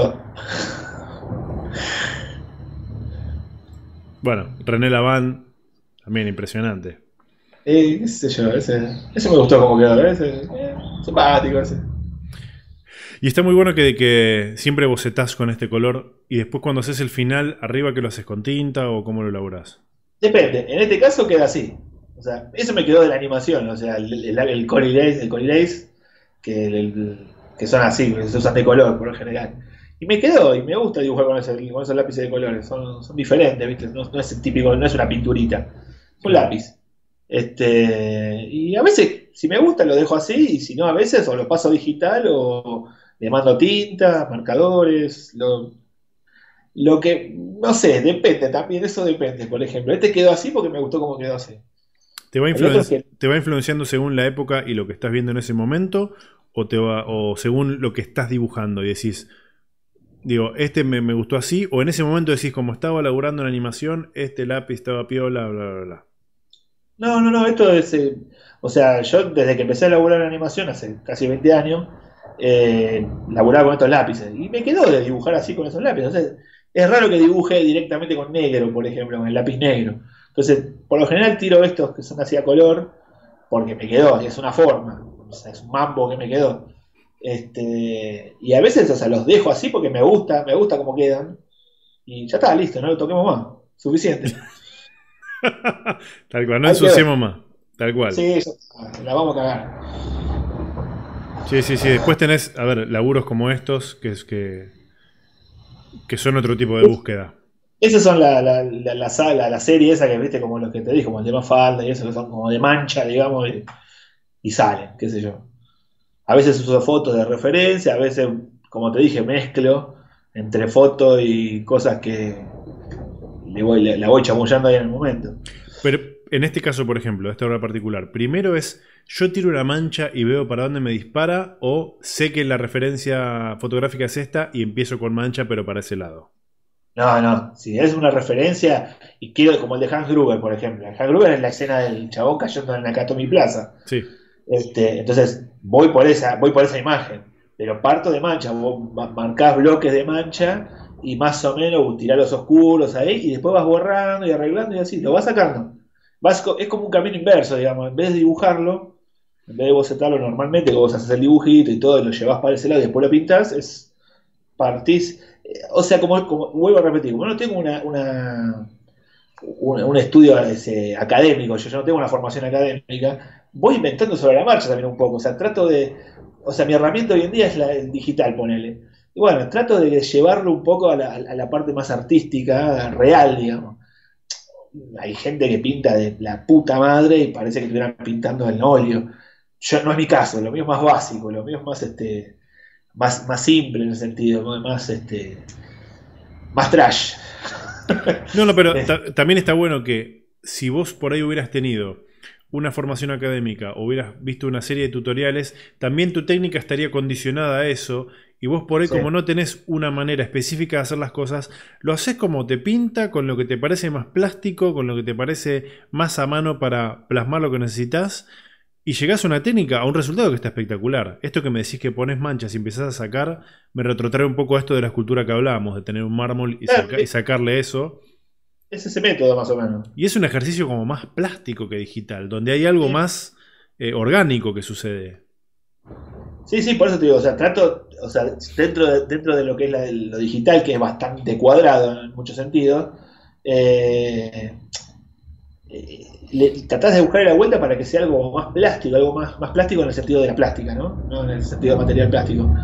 Bueno, René Laván, también impresionante. Qué sé yo, ese me gustó como quedó, simpático ese. Y está muy bueno que siempre bocetás con este color y después cuando haces el final, arriba que lo haces con tinta o cómo lo elaborás. Depende, en este caso queda así. O sea, eso me quedó de la animación, o sea, el Cory Lace, que son así, que se usan de color por lo general. Y me quedó, y me gusta dibujar con esos lápices de colores, son diferentes, ¿viste? No es el típico, no es una pinturita, es un Claro. lápiz. Y a veces, si me gusta, lo dejo así, y si no, a veces o lo paso digital o le mando tinta, marcadores, lo que, no sé, depende también, eso depende. Por ejemplo, este quedó así porque me gustó cómo quedó así. El otro es que, Te va influenciando según la época y lo que estás viendo en ese momento o según lo que estás dibujando y decís, digo, este me gustó así o en ese momento decís, como estaba laburando en animación, este lápiz estaba piola, bla, bla, bla. no, esto es, o sea, yo desde que empecé a laburar en animación hace casi 20 años, laburaba con estos lápices y me quedó de dibujar así con esos lápices. O sea, es raro que dibuje directamente con negro, por ejemplo, con el lápiz negro. Entonces, por lo general tiro estos que son así a color porque me quedó, y es una forma, o sea, es un mambo que me quedó. Y a veces, o sea, los dejo así porque me gusta cómo quedan y ya está, listo, no lo toquemos más, suficiente. Tal cual, no Hay que ver. ensuciemos más. Tal cual. Sí, ya está, la vamos a cagar. Sí, sí, sí. Después tenés, a ver, laburos como estos que son otro tipo de búsqueda. Esas son la serie esa que viste, como los que te dije, como el de Mafalda y eso, que son como de mancha, digamos, y salen, qué sé yo. A veces uso fotos de referencia, a veces, como te dije, mezclo entre fotos y cosas que la voy chamullando ahí en el momento. Pero en este caso, por ejemplo, esta obra particular, primero es yo tiro una mancha y veo para dónde me dispara o sé que la referencia fotográfica es esta y empiezo con mancha pero para ese lado. No, si es una referencia, y quiero, como el de Hans Gruber, por ejemplo. Hans Gruber es la escena del chabón cayendo en la Nakatomi Plaza. Sí. Entonces voy por esa imagen, pero parto de mancha, vos marcás bloques de mancha y más o menos tirás los oscuros ahí y después vas borrando y arreglando y así, lo vas sacando. Es como un camino inverso, digamos, en vez de dibujarlo, en vez de bocetarlo normalmente, que vos haces el dibujito y todo y lo llevas para ese lado y después lo pintás, partís, o sea, como vuelvo a repetir, como no tengo un estudio académico, yo no tengo una formación académica, voy inventando sobre la marcha también un poco, o sea, o sea, mi herramienta hoy en día es el digital, ponele. Y bueno, trato de llevarlo un poco a la parte más artística, real, digamos. hay gente que pinta de la puta madre y parece que estuvieran pintando en óleo. No es mi caso, lo mío es más básico, lo mío es más simple en el sentido, ¿no? Más trash. No, no, pero también está bueno que si vos por ahí hubieras tenido una formación académica o hubieras visto una serie de tutoriales, también tu técnica estaría condicionada a eso y vos por ahí Sí. como no tenés una manera específica de hacer las cosas, lo haces como te pinta, con lo que te parece más plástico, con lo que te parece más a mano para plasmar lo que necesitas y llegás a una técnica, a un resultado que está espectacular. Esto que me decís que pones manchas y empezás a sacar, me retrotrae un poco a esto de la escultura que hablábamos, de tener un mármol y, Claro, y sacarle eso. es ese método más o menos. Y es un ejercicio como más plástico que digital, donde hay algo Sí, más orgánico que sucede. sí, sí, por eso te digo, o sea, o sea, dentro de lo que es lo digital, que es bastante cuadrado en muchos sentidos, eh, tratás de buscar la vuelta para que sea algo más plástico, más plástico en el sentido de la plástica, ¿no? No en el sentido de material plástico.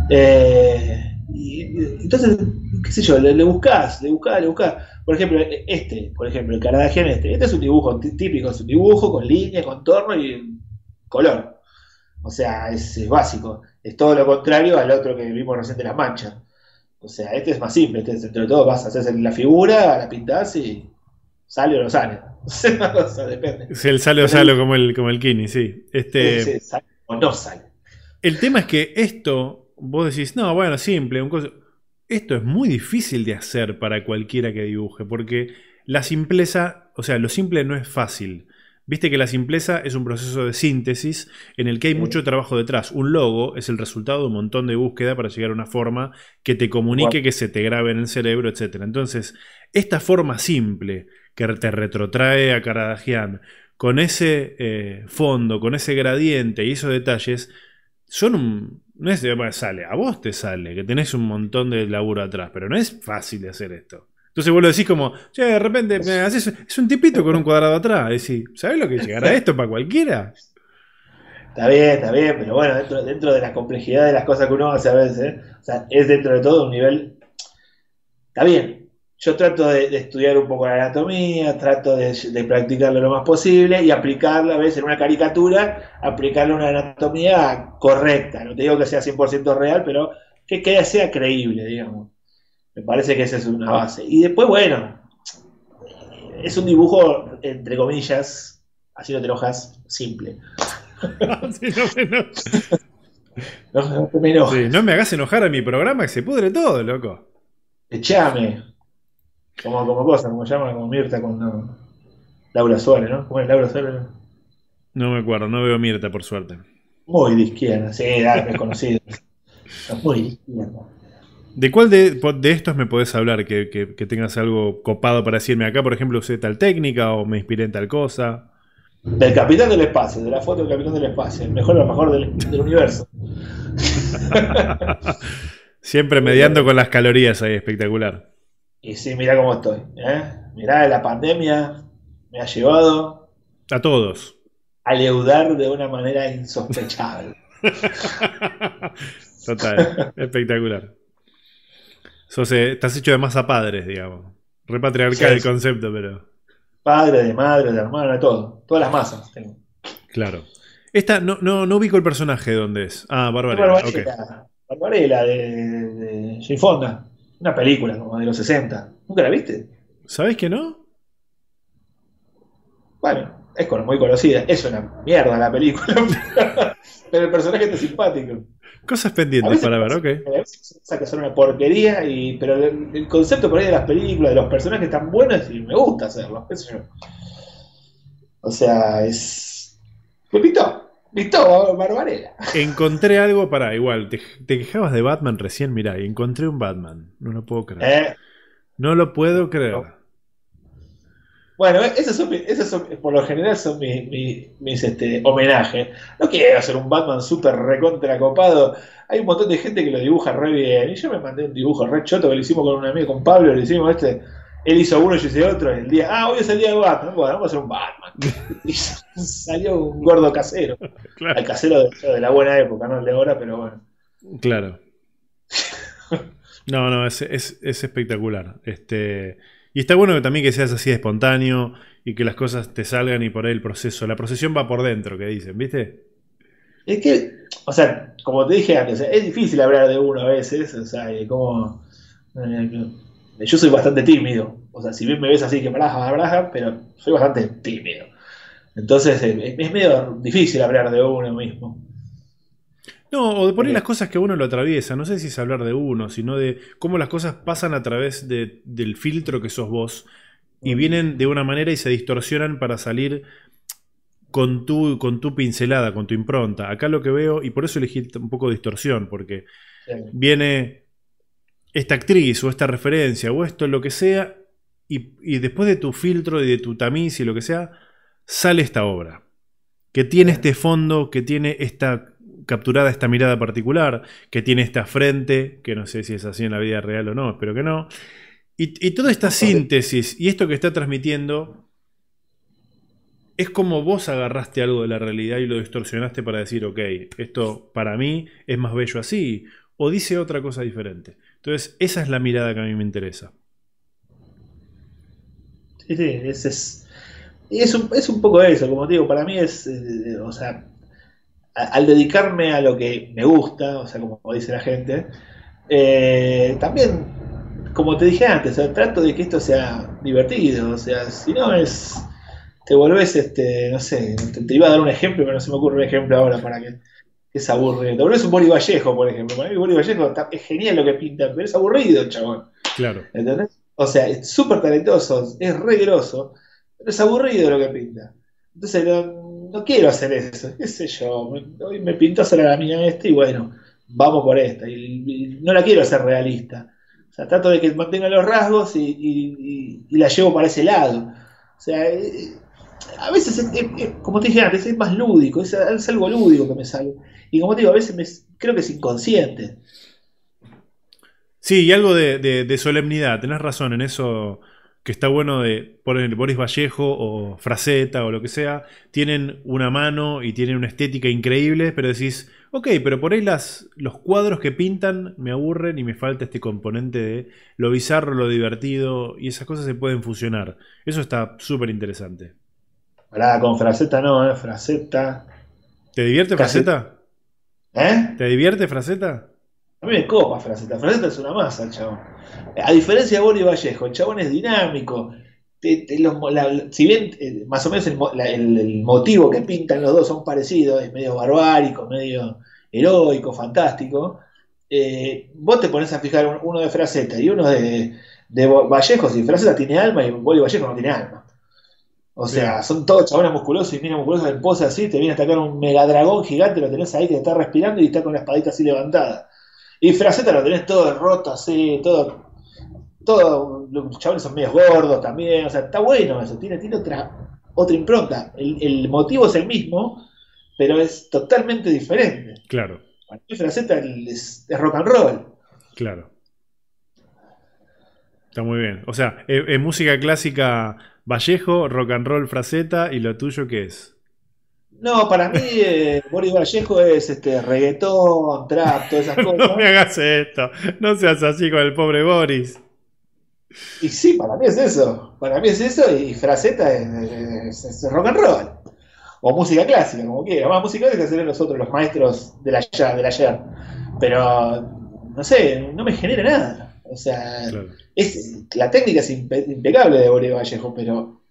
Entonces, qué sé yo, le buscás. Por ejemplo, el Caradagian este es un dibujo típico, es un dibujo con línea, contorno y color. O sea, es básico. Es todo lo contrario al otro que vimos recién de las manchas. O sea, este es más simple, dentro de todo vas a hacer la figura, la pintás y sale o no sale. O sea, depende. Es el sale o Pero salo como el Kini, sí. sí, sale o no sale. El tema es que esto, vos decís, no, bueno, simple, esto es muy difícil de hacer para cualquiera que dibuje, porque la simpleza, o sea, lo simple no es fácil. Viste que la simpleza es un proceso de síntesis en el que hay mucho trabajo detrás. Un logo es el resultado de un montón de búsqueda para llegar a una forma que te comunique, que se te grabe en el cerebro, etc. Entonces, esta forma simple que te retrotrae a Caradagian, con ese fondo, con ese gradiente y esos detalles, son un... No es de sale, a vos te sale, que tenés un montón de laburo atrás, pero no es fácil de hacer esto. Entonces vos lo decís como, che, de repente me haces, es un tipito con un cuadrado atrás. Decís, ¿sabés lo que llegará esto para cualquiera? Está bien, pero bueno, dentro de la complejidad de las cosas que uno hace a veces, ¿eh? O sea, es dentro de todo un nivel. Está bien. Yo trato de estudiar un poco la anatomía, trato de practicarlo lo más posible y aplicarla, a veces en una caricatura, aplicarle una anatomía correcta. No te digo que sea 100% real, pero que sea creíble, digamos. Me parece que esa es una base. Y después, bueno, es un dibujo, entre comillas, así no te enojas, simple. Sí, No te me sí, enojes. no me hagas enojar a mi programa que se pudre todo, loco. Echame. Como cosa, como llama, como Mirta con no, Laura Suárez, ¿no? ¿Cómo es Laura Suárez? No me acuerdo, no veo Mirta por suerte. Muy de izquierda, sí, dale, es conocido. Muy de izquierda. ¿De cuál de estos me podés hablar? Que tengas algo copado para decirme acá, por ejemplo, usé tal técnica o me inspiré en tal cosa. Del Capitán del Espacio, de la foto del Capitán del Espacio, el mejor del universo. Siempre mediando con las calorías ahí, espectacular. Y sí, mirá cómo estoy. ¿Eh? Mirá, la pandemia me ha llevado A todos. a leudar de una manera insospechable. Total, espectacular. Estás hecho de masa padres, digamos. Repatriarcal Sí, el sí. concepto, pero. Padre, de madre, de hermano, de todo. Todas las masas tengo. Claro. Esta no ubico el personaje de dónde es. Ah, Es Barbarella, ok. Barbarella de Jane Fonda. Una película como de los 60. ¿Nunca la viste? ¿Sabés que no? Bueno, muy conocida. Es una mierda la película. Pero el personaje está simpático. Cosas A pendientes veces para ver, pasa ok. a veces pasa que son una porquería, pero el concepto por ahí de las películas, de los personajes están buenos y me gusta hacerlo. Qué sé yo. O sea, me pintó Barbarella. Encontré algo para. Igual, te quejabas de Batman recién, mirá, y encontré un Batman. No lo puedo creer. ¿Eh? No lo puedo creer. Bueno, por lo general son mis homenajes. No quiero hacer un Batman súper recontra copado. Hay un montón de gente que lo dibuja re bien. Y yo me mandé un dibujo re choto que lo hicimos con un amigo, con Pablo, lo hicimos Él hizo uno, yo hice otro. Hoy es el día de Batman. Bueno, vamos a hacer un Batman. Y salió un gordo casero. Claro. El casero de la buena época, no el de ahora, pero bueno. Claro. No, es espectacular. Y está bueno que también que seas así de espontáneo y que las cosas te salgan y por ahí el proceso. La procesión va por dentro, que dicen, ¿viste? Es que, o sea, como te dije antes, es difícil hablar de uno a veces, o sea, como... yo soy bastante tímido, o sea, si bien me ves así que braja, pero soy bastante tímido. Entonces es medio difícil hablar de uno mismo. No, o de poner las Eh, cosas que uno lo atraviesa. No sé si es hablar de uno, sino de cómo las cosas pasan a través del filtro que sos vos y vienen de una manera y se distorsionan para salir con tu pincelada, con tu impronta. Acá lo que veo, y por eso elegí un poco de distorsión, porque eh, viene esta actriz o esta referencia o esto, lo que sea, y después de tu filtro y de tu tamiz y lo que sea, sale esta obra, que tiene eh, este fondo, que tiene esta capturada, esta mirada particular, que tiene esta frente, que no sé si es así en la vida real o no, espero que no, y toda esta síntesis y esto que está transmitiendo es como vos agarraste algo de la realidad y lo distorsionaste para decir, ok, esto para mí es más bello así, o dice otra cosa diferente. Entonces, esa es la mirada que a mí me interesa. sí, sí, es un poco eso, como te digo, para mí es, o sea, al dedicarme a lo que me gusta, o sea, como dice la gente, también, como te dije antes, o sea, trato de que esto sea divertido, o sea, si no es, te volvés, no sé, te iba a dar un ejemplo, pero no se me ocurre un ejemplo ahora para que es aburrido. Te volvés un Bori Vallejo, por ejemplo. Para mí Bori Vallejo es genial lo que pinta, pero es aburrido, chabón. Claro, ¿Entendés? O sea, es súper talentoso, es re groso, pero es aburrido lo que pinta. Entonces no quiero hacer eso, qué sé yo. Hoy me pintó hacer a la mía y bueno, vamos por esta. Y no la quiero hacer realista. O sea, trato de que mantenga los rasgos y la llevo para ese lado. O sea, a veces, como te dije antes, es más lúdico, es algo lúdico que me sale. Y como te digo, a veces creo que es inconsciente. sí, y algo de solemnidad, tenés razón en eso que está bueno de poner Boris Vallejo o Fraceta o lo que sea, tienen una mano y tienen una estética increíble, pero decís, ok, pero por ahí los cuadros que pintan me aburren y me falta este componente de lo bizarro, lo divertido, y esas cosas se pueden fusionar. Eso está súper interesante. Pará, con Fraceta no, Fraceta. ¿Te divierte Casi. Fraceta? ¿Eh? ¿Te divierte Fraceta? A mí me copa Fraceta. Fraceta es una masa, el chabón. A diferencia de Boli Vallejo, el chabón es dinámico. Si bien más o menos el motivo que pintan los dos son parecidos, es medio barbárico, medio heroico, fantástico, vos te pones a fijar uno de Fraceta y uno de Vallejo, si Fraceta tiene alma y Boli Vallejo no tiene alma. O sea, Bien, son todos chabones musculosos y mira musculosos en pose así, te viene a atacar un megadragón gigante, lo tenés ahí que está respirando y está con la espadita así levantada. Y Fraceta lo tenés todo roto así, los chabones son medios gordos también, o sea, está bueno eso, tiene otra impronta. El motivo es el mismo, pero es totalmente diferente. claro, Para mí Fraceta es rock and roll. claro. Está muy bien. O sea, música clásica Vallejo, rock and roll Fraceta, y lo tuyo ¿qué es? No, para mí Boris Vallejo es reggaetón, trap, todas esas No me cosas. hagas esto. No seas así con el pobre Boris. Y sí, para mí es eso. Para mí es eso y Fraceta es rock and roll. O música clásica, como quiera. Más música clásica serían nosotros, los maestros del ayer. Pero, no sé, no me genera nada. O sea, Claro, la técnica es impecable de Boris Vallejo, pero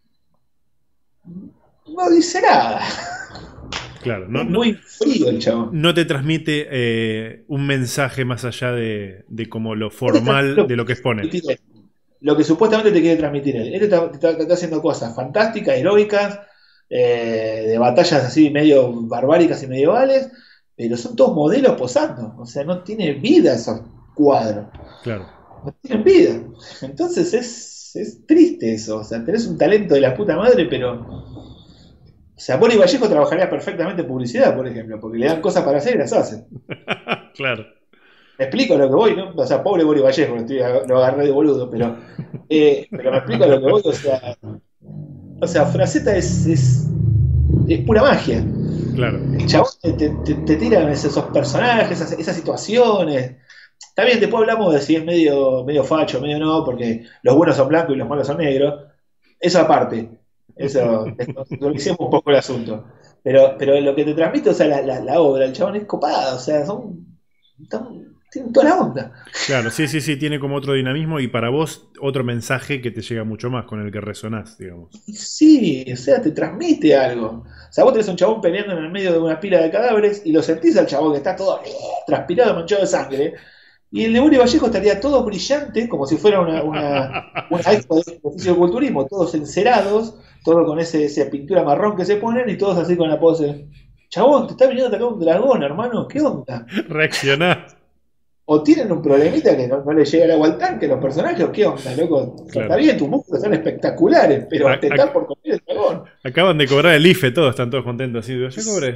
no dice nada. claro. Es muy frío el chabón. No te transmite un mensaje más allá de como lo Este está formal de lo que expone. lo que supuestamente te quiere transmitir él. Él está haciendo cosas fantásticas, heroicas, de batallas así medio barbáricas y medievales, pero son todos modelos posando. O sea, no tiene vida esos cuadros. Claro, No tienen vida. Entonces es triste eso. O sea, tenés un talento de la puta madre, pero. O sea, Boris Vallejo trabajaría perfectamente en publicidad, por ejemplo, porque le dan cosas para hacer y las hacen. claro, Me explico a lo que voy, ¿no? O sea, pobre Boris Vallejo, lo agarré de boludo, pero me explico a lo que voy, o sea, Fraceta es pura magia. claro. El chabón te tira esos personajes, esas situaciones. Está bien, después hablamos de si es medio facho, medio no, porque los buenos son blancos y los malos son negros. Eso aparte, eso, descontextualicemos un poco el asunto. Pero lo que te transmite, o sea, la obra, el chabón es copada, o sea, tienen toda la onda. Claro, sí, sí, sí, tiene como otro dinamismo y para vos otro mensaje que te llega mucho más, con el que resonás, digamos. Sí, o sea, te transmite algo. O sea, vos tenés un chabón peleando en el medio de una pila de cadáveres y lo sentís al chabón que está todo transpirado, manchado de sangre. Y el de Uri Vallejo estaría todo brillante, como si fuera una expo de fisicoculturismo, todos encerados, todo con esa pintura marrón que se ponen y todos así con la pose. Chabón, te está viniendo a atacar un dragón, hermano, ¿qué onda? Reaccionás. O tienen un problemita que no le llega el agua al tanque los personajes, o qué onda, loco. O sea, Claro. está bien, tus músculos están espectaculares, pero te estás por comer el dragón. Acaban de cobrar el IFE, todos están todos contentos. Así, yo cobré.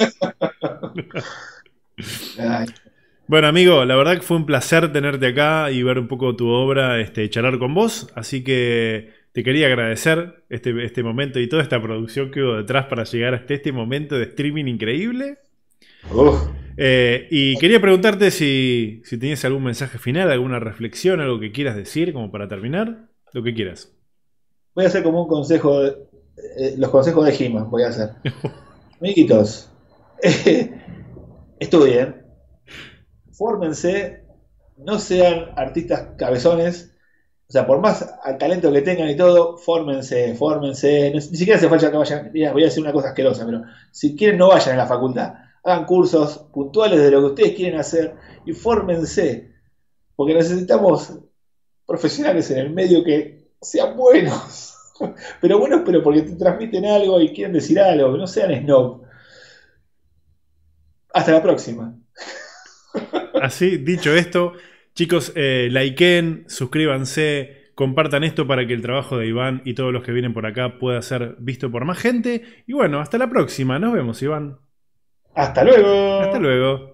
Ay, Bueno, amigo, la verdad que fue un placer tenerte acá y ver un poco tu obra, charlar con vos. Así que te quería agradecer este momento y toda esta producción que hubo detrás para llegar hasta este momento de streaming increíble. uf. Y quería preguntarte si tenías algún mensaje final, alguna reflexión, algo que quieras decir como para terminar, lo que quieras. Voy a hacer como un consejo, los consejos de He-Man, voy a hacer. Amiguitos, estudien, fórmense, no sean artistas cabezones, o sea, por más talento que tengan y todo, fórmense, fórmense, ni siquiera hace falta que vayan, mira, voy a decir una cosa asquerosa, pero si quieren no vayan a la facultad, hagan cursos puntuales de lo que ustedes quieren hacer y fórmense, porque necesitamos profesionales en el medio que sean buenos, pero buenos pero porque te transmiten algo y quieren decir algo, que no sean snob. Hasta la próxima. Así, dicho esto, chicos, likeen, suscríbanse, compartan esto para que el trabajo de Iván y todos los que vienen por acá pueda ser visto por más gente. Y bueno, hasta la próxima. Nos vemos, Iván. Hasta Hasta luego. luego.